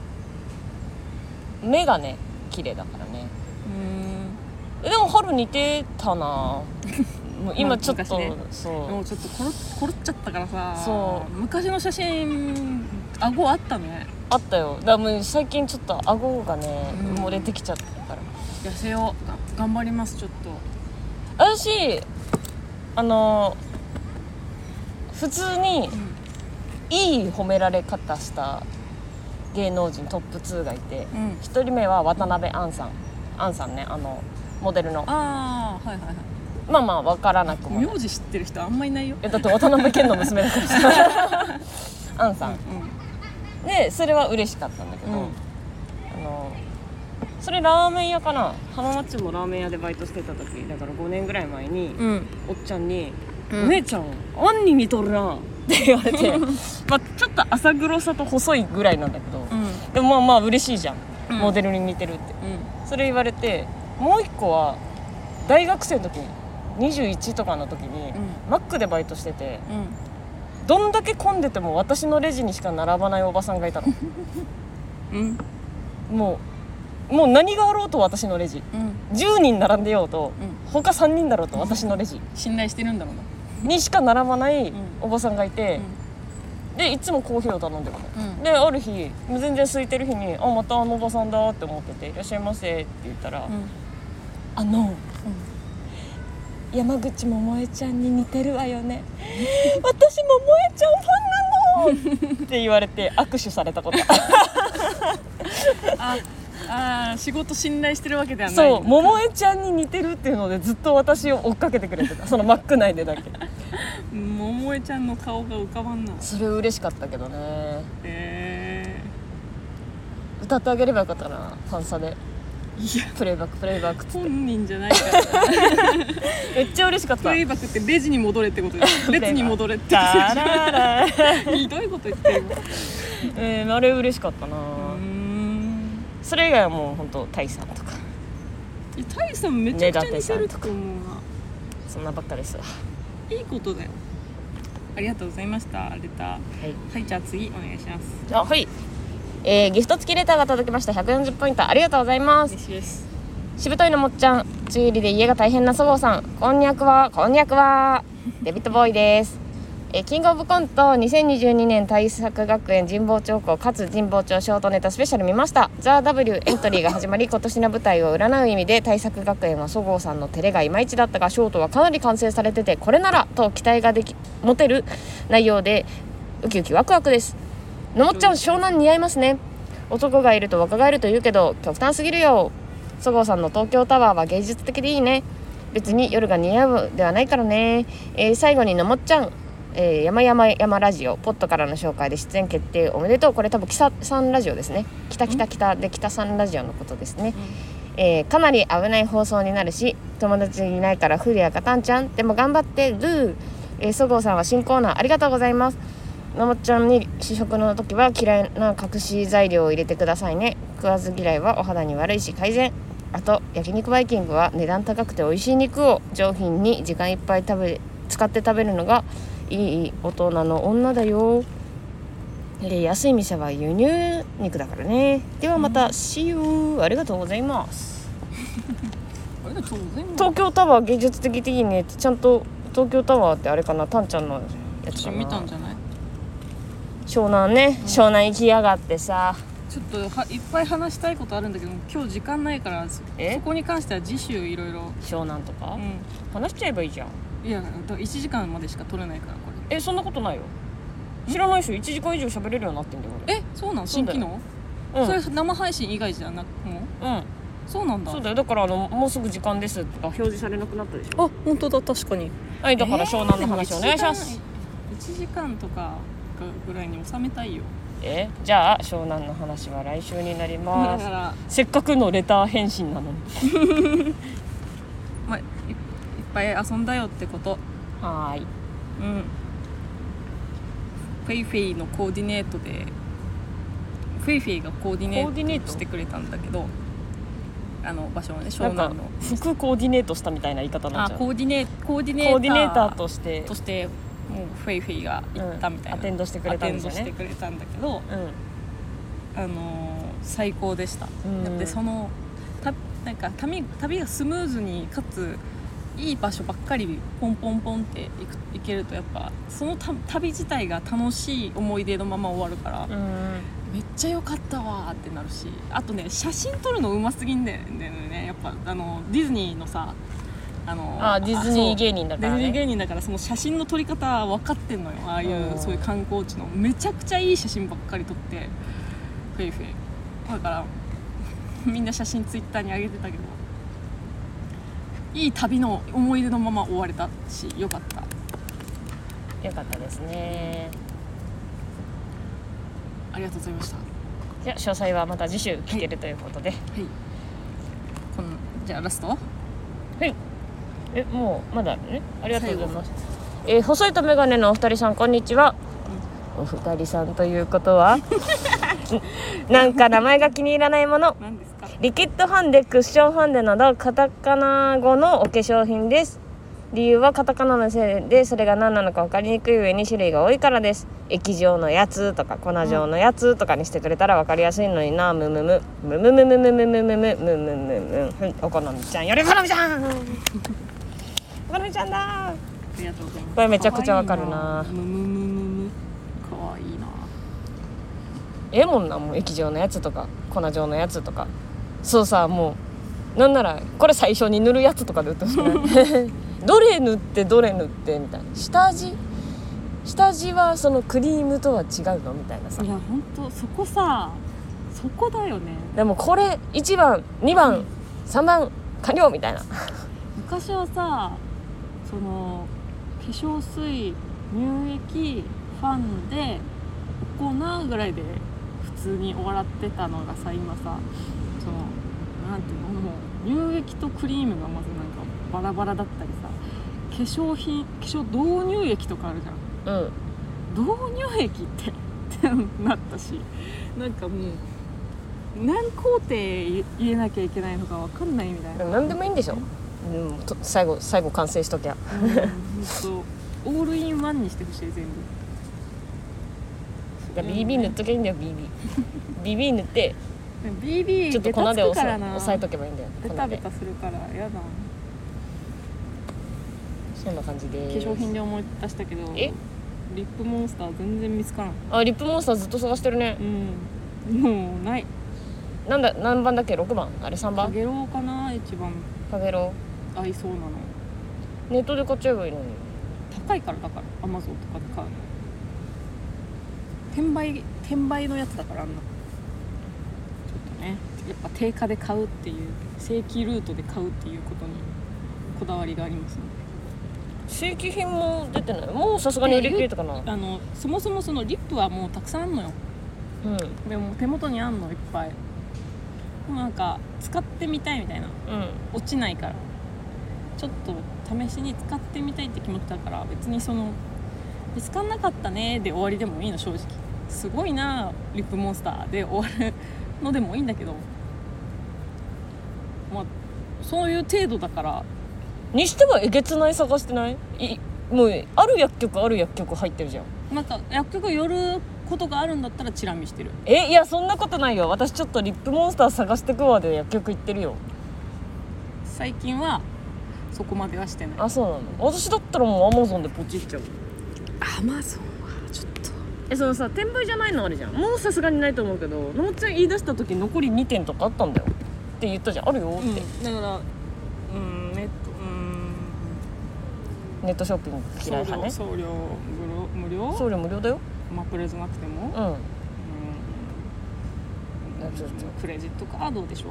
目がね綺麗だからね。でも春似てたなもう今ちょっと、 ね、 そうもうちょっところっちゃったからさ。 そう昔の写真顎あったね。 あったよ。だからもう最近ちょっと顎がね、漏れてきちゃったから痩せよう。頑張りますちょっと。 私普通にいい褒められ方した芸能人トップ2がいて、1人目は渡辺杏さんね、モデルの。 ああはいはいはい。 まあ分からなくもない。 名字知ってる人あんまいないよ。 だって渡辺謙の娘だからさ杏さん、でそれは嬉しかったんだけど、それラーメン屋かな、浜松もラーメン屋でバイトしてた時だから5年ぐらい前に、おっちゃんに「お姉ちゃんあんに似とるな」って言われてまあちょっと浅黒さと細いぐらいなんだけど、でもまあ嬉しいじゃん、モデルに似てるって、それ言われて。もう一個は大学生の時に21とかの時に、マックでバイトしてて、どんだけ混んでても私のレジにしか並ばないおばさんがいたの、もう何があろうと私のレジ、10人並んでようと、他3人だろうと私のレジ信頼してるんだろうなにしか並ばないおばさんがいて、でいつもコーヒーを頼んでるの、である日全然空いてる日に「あまたあのおばさんだ」って思ってて「いらっしゃいませ」って言ったら「山口百恵ちゃんに似てるわよね私百恵ちゃんファンなの」って言われて握手されたこと仕事信頼してるわけではない。 そう、百恵ちゃんに似てるっていうのでずっと私を追っかけてくれてた、そのマック内でだけ百恵ちゃんの顔が浮かばんな。 それ嬉しかったけどね。歌ってあげればよかったな、ファンサで。 いやプレイバックっつって本人じゃないからめっちゃ嬉しかった。 プレイバックってレジに戻れってことです列に戻れってダララひどいこと言ってるあれ嬉しかったな。それ以外はもう本当タイさんとかタイさんめちゃくちゃ似てると思うな。 そんなばっかですわ。 いいことだよ。ありがとうございましたレター。はい、じゃあ次お願いします。 はい、ギフト付きレターが届きました。140ポイントありがとうございます。 嬉しいです。 しぶといのもっちゃん、梅雨入りで家が大変なそごうさん、こんにゃくはデビッドボーイです。キングオブコント2022年大作学園神保町校かつ神保町ショートネタスペシャル見ました。ザ・ W エントリーが始まり今年の舞台を占う意味で大作学園はそごうさんの照れがいまいちだったがショートはかなり完成されててこれならと期待が持てる内容でウキウキワクワクです。のもっちゃん湘南似合いますね。男がいると若返ると言うけど極端すぎるよ。そごうさんの東京タワーは芸術的でいいね。別に夜が似合うではないからね。最後にのもっちゃん、山ラジオポッドからの紹介で出演決定おめでとう。これ多分北さんラジオですね。北で北さんラジオのことですね。かなり危ない放送になるし友達いないから不利やかたんちゃんでも頑張ってる。そごうさんは新コーナーありがとうございます。のもっちゃんに試食の時は嫌いな隠し材料を入れてくださいね。食わず嫌いはお肌に悪いし改善。あと焼肉バイキングは値段高くて美味しい肉を上品に時間いっぱい使って食べるのがいい大人の女だよ。安い店は輸入肉だからね。ではまた、See you。 ありがとうございます。 ありがとうございます。 東京タワー芸術的でいいねってちゃんと東京タワーってあれかな、タンちゃんのやつ私かな。 見たんじゃない？ 湘南ね、湘南行きやがってさ。 ちょっといっぱい話したいことあるんだけど今日時間ないからそこに関しては次週いろいろ。 湘南とか、 う話しちゃえばいいじゃん。 ん、いや1時間までしか取れないからこれ。 そんなことないよ。知らないでしょ、1時間以上喋れるようになってんだよ俺。 そうなん？新機能？それ生配信以外じゃなくもう？そうなんだ。 そうだよ。だからもうすぐ時間ですとか表示されなくなったでしょ。 あ、本当だ、確かに。 はい、だから湘南の話お願いします。 1時間とかぐらいに収めたいよ。 じゃあ湘南の話は来週になります。 だからせっかくのレター返信なのにまあ、いっぱい遊んだよってこと。 はーい。 フェイフェイのコーディネートでフェイフェイがコーディネートしてくれたんだけど、場所をね、湘南の服コーディネートしたみたいな言い方になっちゃう。 コーディネーターとしてもうフェイフェイが行ったみたいな、 アテンドしてくれたんですよね。 アテンドしてくれたんだけど、最高でした。でそのなんか旅がスムーズにかついい場所ばっかりポンポンポンって行けるとやっぱその旅自体が楽しい思い出のまま終わるから、めっちゃ良かったわってなるし、あとね写真撮るのうますぎんだよね。やっぱディズニーのさディズニー芸人だからね。 ディズニー芸人だからその写真の撮り方分かってんのよ。ああいうそういう観光地のめちゃくちゃいい写真ばっかり撮ってフェイフェイだからみんな写真ツイッターに上げてたけど、いい旅の思い出のまま終われたしよかった。 よかったですね。 ありがとうございました。 じゃあ詳細はまた次週聞けるということで、 じゃあラスト。 はい。もうまだね。ありがとうございます。細いとメガネのお二人さん、こんにちは。お二人さんということはなんか名前が気に入らないもの。 何ですか？ リキッドファンデ、クッションファンデなどカタカナ語のお化粧品です。理由はカタカナのせいでそれが何なのか分かりにくい上に種類が多いからです。液状のやつとか粉状のやつとかにしてくれたら分かりやすいのにな。むむむむむむむむむむむむむむむむ。お好みちゃんよりお好みちゃんお好みちゃんだ。 ありがとうございます。 これめちゃくちゃ分かるな。 むむむむむかわいいな。 もんな、もう液状のやつとか粉状のやつとか、そうさ、もうなんならこれ最初に塗るやつとかで売ってほしくないどれ塗ってどれ塗ってみたいな。下地はそのクリームとは違うのみたいなさ。 いや本当そこさ、そこだよね。 でもこれ1番2番3番完了みたいな。 昔はさ、その化粧水、乳液、ファンデ、粉ぐらいで普通に終わってたのがさ、今さ、そのなんていうの、もう乳液とクリームがまずなんかバラバラだったりさ、化粧導入液とかあるじゃん。導入液ってなったし、なんかもう何工程入れなきゃいけないのか分かんないみたいな。 何でもいいんでしょ、最後完成しときゃオールインワンにしてほしい、全部。 BB 塗っときゃいいんだよ。BB 塗って BB ちょっと粉で押さえとけばいいんだよ。 ベタベタするからやだ。 そんな感じで化粧品で思い出したけど、リップモンスター全然見つからん。 リップモンスターずっと探してるね。 もうない。 何番だっけ？ 6 番あれ3番カゲロウかな、一番カゲロ合いそうなの。 ネットで買っちゃえばいいのに。 高いから、だからアマゾンとかで買うの。転売のやつだから、あんなちょっとね、やっぱ定価で買うっていう、正規ルートで買うっていうことにこだわりがありますので。 正規品も出てない？もうさすがに売り切れたかな。 そもそもそのリップはもうたくさんあんのよ。でも手元にあんのいっぱい。なんか使ってみたいみたいな、落ちないからちょっと試しに使ってみたいって気持ちだから、別にその見つかんなかったねで終わりでもいいの、正直。すごいなリップモンスターで終わるのでもいいんだけど、まあそういう程度だから。 にしてはえげつない探してない？もうある薬局入ってるじゃん。 なんか薬局寄ることがあるんだったらチラ見してる。 いやそんなことないよ。私ちょっとリップモンスター探してくわで薬局行ってるよ。 最近はそこまではしてない。 あ、そうなの。私だったらもう Amazon でポチっちゃう。 アマゾンはちょっとそのさ、転売じゃないのあるじゃん。もうさすがにないと思うけど、のもちゃん言い出した時残り2点とかあったんだよって言ったじゃん。あるよって、 だからネットショッピング嫌い派ね。 送料無料送料無料だよ。 プレゼなくてもクレジットカードでしょ。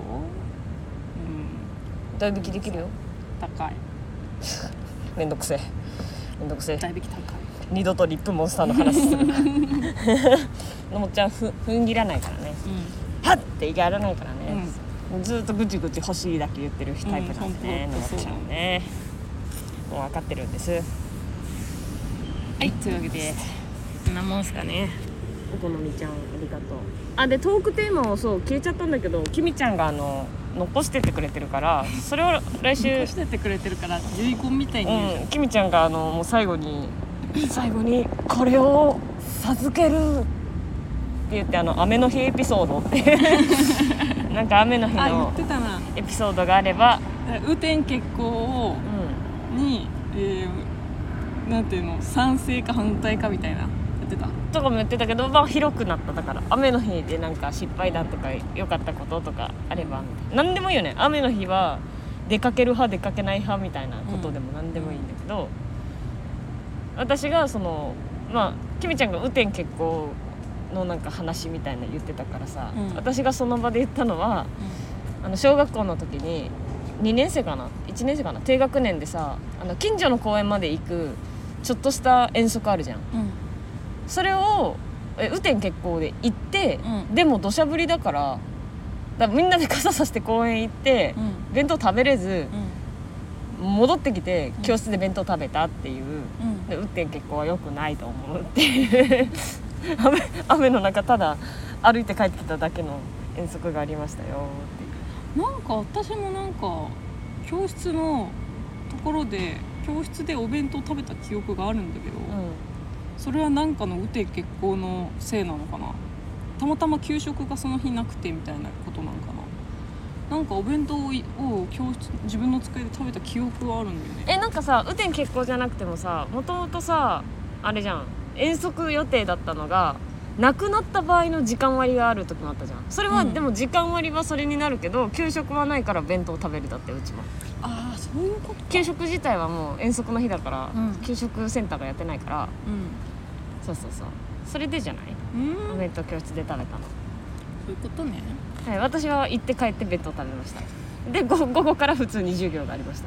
代引きできるよ。 高い。 めんどくせえ代引き高い。 二度とリップモンスターの話するのもちゃん踏ん切らないからね、はっってやらないからね、ずっとぐちぐち欲しいだけ言ってるタイプなんでね、のもちゃんね、もう分かってるんです。 はい、というわけでこんなもんすかね。 お好みちゃんありがとう。あ、でトークテーマをそう消えちゃったんだけど、きみちゃんが残してってくれてるから、それを来週残してってくれてるから遺言みたいに言うじゃん。 きみちゃんがもう最後にこれを授けるって言って雨の日エピソードってなんか雨の日言のってたな。 エピソードがあれば、 雨天決行に、なんていうの、賛成か反対かみたいなやってたとかも言ってたけど、まあ広くなった。だから雨の日でなんか失敗談とか良かったこととかあれば何でもいいよね。雨の日は出かける派出かけない派みたいなことでも何でもいいんだけど、私がきみちゃんが雨天決行のなんか話みたいな言ってたからさ、私がその場で言ったのは、小学校の時に2年生かな1年生かな低学年でさ、近所の公園まで行くちょっとした遠足あるじゃん、それを雨天決行で行って、でも土砂降りだからみんなで傘さして公園行って、弁当食べれず、戻ってきて教室で弁当食べたっていう、で雨天決行は良くないと思うっていう雨の中ただ歩いて帰ってきただけの遠足がありましたよっていう。 なんか私もなんか教室のところで教室でお弁当食べた記憶があるんだけど、それはなんかの雨天決行のせいなのかな。たまたま給食がその日なくてみたいなことなんかな。なんかお弁当を教室自分の机で食べた記憶はあるんだよね。 なんかさ、雨天決行じゃなくてもさ、もともとさあれじゃん、遠足予定だったのがなくなった場合の時間割がある時もあったじゃん。それは、でも時間割はそれになるけど給食はないから弁当食べるだって。うちもああ、そういうことか。 給食自体はもう遠足の日だから、給食センターがやってないから、そうそれでじゃない。お弁当教室で食べたの。 そういうことね。 はい、私は行って帰って弁当食べました。で午後から普通に授業がありました。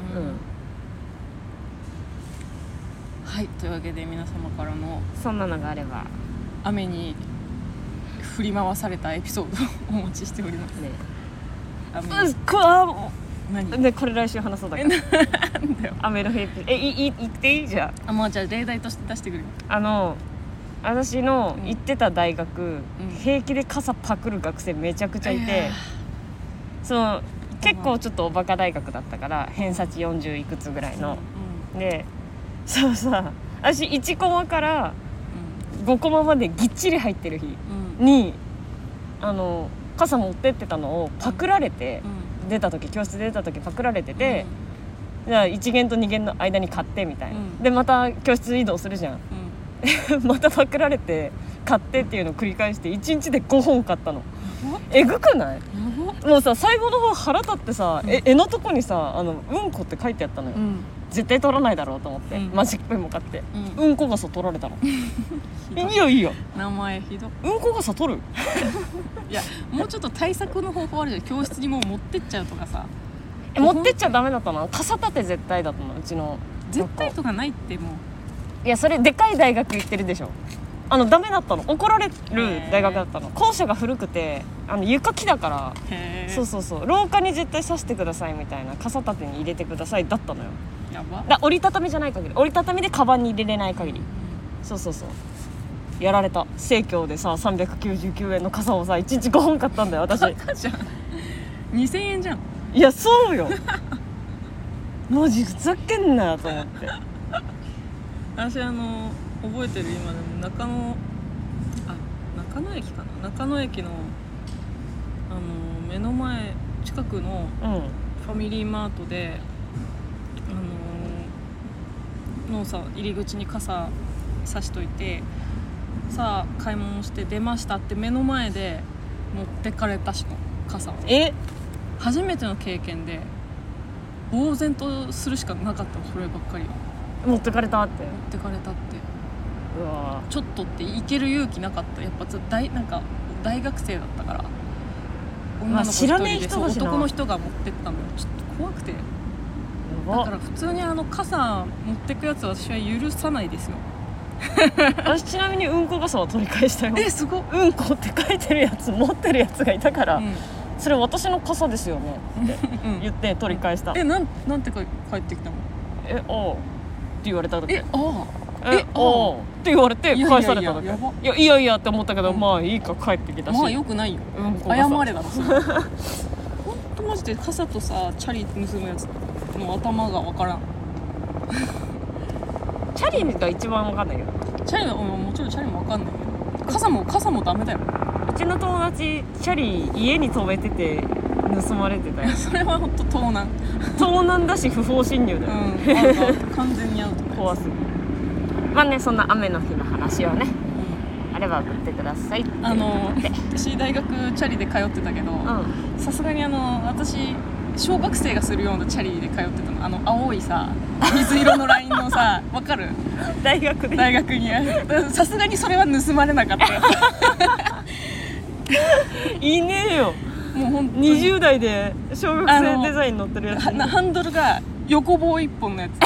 はい、というわけで皆様からのそんなのがあれば雨に振り回されたエピソードをお待ちしておりますね。 何でこれ来週話そうだからなんだよ。 雨の日エピ言っていいじゃん。 もうじゃあ例題として出してくれる。 私の行ってた大学、平気で傘パクる学生めちゃくちゃいて、結構ちょっとおバカ大学だったから偏差値40いくつぐらいの、でそうさ、私1コマから5コマまでぎっちり入ってる日に、傘持ってってたのをパクられて、教室で出た時パクられてて、じゃあ1限と2限の間に買ってみたいな、でまた教室移動するじゃん、またパクられて買ってっていうのを繰り返して1日で5本買ったの。えぐくない？もうさ、最後の方腹立ってさ、絵のとこにさうんこって書いてあったのよ、絶対取らないだろうと思って、マジックペンも買って、うんこ傘取られたのいいよ名前ひど。 うんこ傘取るいや、もうちょっと対策の方法あるじゃん。教室にもう持ってっちゃうとかさ。 持ってっちゃダメだったの。傘立て絶対だったの、うちの絶対とかないって。もういや、それでかい大学行ってるでしょ。ダメだったの。怒られる大学だったの。校舎が古くて床木だから、そう廊下に絶対刺してくださいみたいな、傘立てに入れてくださいだったのよ。 やば。 折りたたみじゃない限り、折りたたみでカバンに入れれない限り、そうやられた。生協でさ399円の傘をさ1日5本買ったんだよ私。 じゃん2000円じゃん。 いや、そうよマジふざけんなよと思って私覚えてる。今でも中野駅かな。中野駅の目の前近くのファミリーマートでのさ入り口に傘差しといてさあ買い物して出ましたって目の前で持ってかれたしの傘を初めての経験で呆然とするしかなかったのそればっかりは。 持ってかれたって。 持ってかれたってうわちょっとって行ける勇気なかった。やっぱなんか大学生だったから女の子知らねえ一人で人だしな男の人が持ってったのちょっと怖くてだから普通に傘持ってくやつは私は許さないですよ。 私ちなみにうんこ傘は取り返したよ。 すごっ。 うんこって書いてるやつ持ってるやつがいたから、 うんそれ私の傘ですよねってうん言って取り返した。 なんて帰ってきたの？ おうって言われただけ。 ああおうって言われて返されただけ。いやいやって思ったけど、まあいいか帰ってきたし。 まあよくないよ。謝れだろ。本当マジで傘とさチャリ盗むやつの頭がわからん。 チャリが一番わかんないよ。 チャリはもちろんチャリもわかんないけど傘もダメだよ。 うちの友達チャリ家に止めてて盗まれてたよ。 それは本当盗難。 盗難だし不法侵入だよ。 アウト完全にアウト。 怖すぎる。まあね、そんな雨の日の話をね、あれば送ってください。 私大学チャリで通ってたけど、さすがに私小学生がするようなチャリで通ってたの。青いさ水色のラインのさわかる？大学にさすがにそれは盗まれなかったよ。 いねえよ。 もう本当に20代で小学生デザイン乗ってるやつ。 ハンドルが横棒一本のやつ。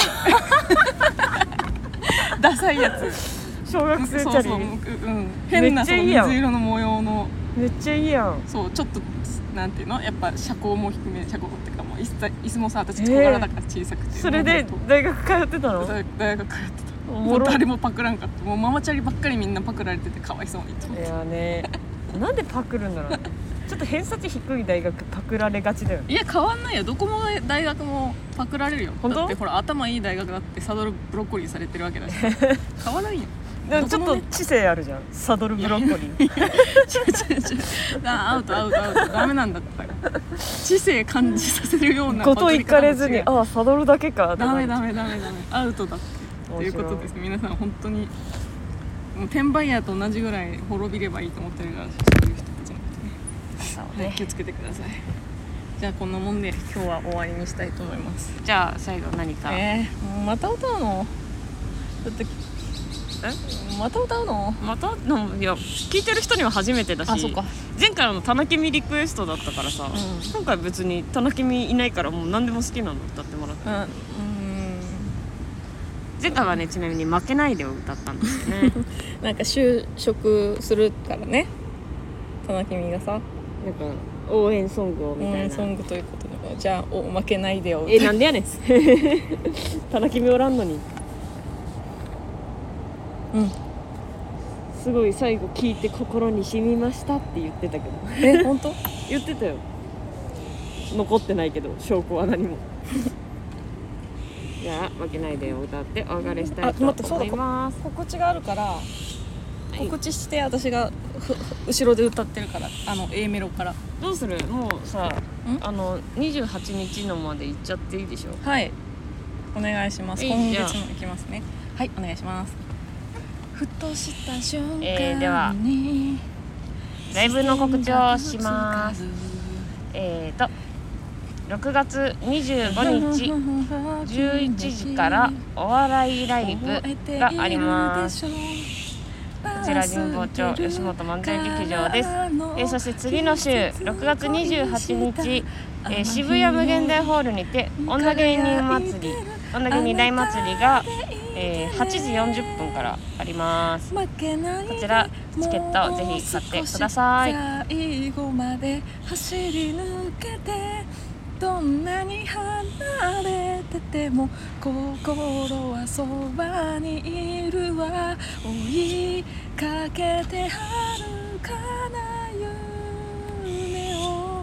ダサいやつ。 小学生チャリ。 変なその水色の模様の。 めっちゃいいやん。 そうちょっとなんていうのやっぱ車高も低め、車高っていうかもう椅子もさ私小柄だから小さくて、 それで大学通ってたの？ 大学通ってた。もう誰もパクらんかった。もうママチャリばっかりみんなパクられててかわいそうにと思って。 いやね、なんでパクるんだろう。ちょっと偏差値低い大学パクられがちだよね。 いや変わんないよ。どこも大学もパクられるよ。 本当？ だってほら頭いい大学だってサドルブロッコリーされてるわけだし変わらんよ。 でもちょっと知性あるじゃん、サドルブロッコリー。 アウトダメなんだって。知性感じさせるようなこといかれずに、サドルだけか。 ダメアウトだってということです。皆さん本当にもう転売ヤーと同じぐらい滅びればいいと思ってるから、そういう人たちなんですね。はい、気をつけてください。じゃあこんなもんで今日は終わりにしたいと思います。 じゃあ最後何か。 もうまた歌うの？だってまた歌うの？ いや聞いてる人には初めてだし、 そうか。 前回田中美リクエストだったからさ、今回別に田中美いないからもう何でも好きなの歌ってもらって。前回はね、ちなみに負けないでを歌ったんですよね。 なんか就職するからね、田中美がさ、 なんか応援ソングをみたいな。 応援ソングということで、じゃあ負けないでをなんでやねん。田中美おらんのに。すごい最後聞いて心に染みましたって言ってたけど。 本当？ 言ってたよ。残ってないけど証拠は何も。じゃあ負けないでを歌ってお別れしたいと思います。 告知があるから告知して、私が後ろで歌ってるから、A メロから。 どうする？もうさ、28日のまで行っちゃっていいでしょ？ はい、お願いします。今月も行きますね。はい、お願いします。ふとした瞬間に、 ではライブの告知をします。6月25日11時からお笑いライブがあります。こちら神保町吉本漫才劇場です。そして次の週6月28日、渋谷無限大ホールにて女芸人大祭りが、8時40分からあります。こちらチケットぜひ買ってください。 最後まで走り抜けて、どんなに離れてても心はそばにいるわ。追いかけて遥かな夢を。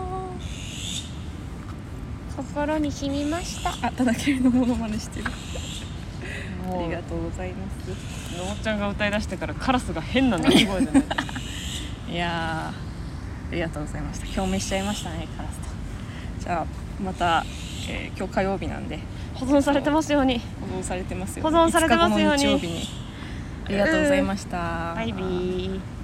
心に染みました。 田中美のモノマネしてる。ありがとうございます。 のもちゃんが歌い出してからカラスが変な鳴き声でね。 いやありがとうございました。共鳴しちゃいましたね、カラスと。じゃあまた、今日火曜日なんで保存されてますように。 保存されてますよ、 保存されてますように 5日後の日曜日にありがとうございました、 バイビー。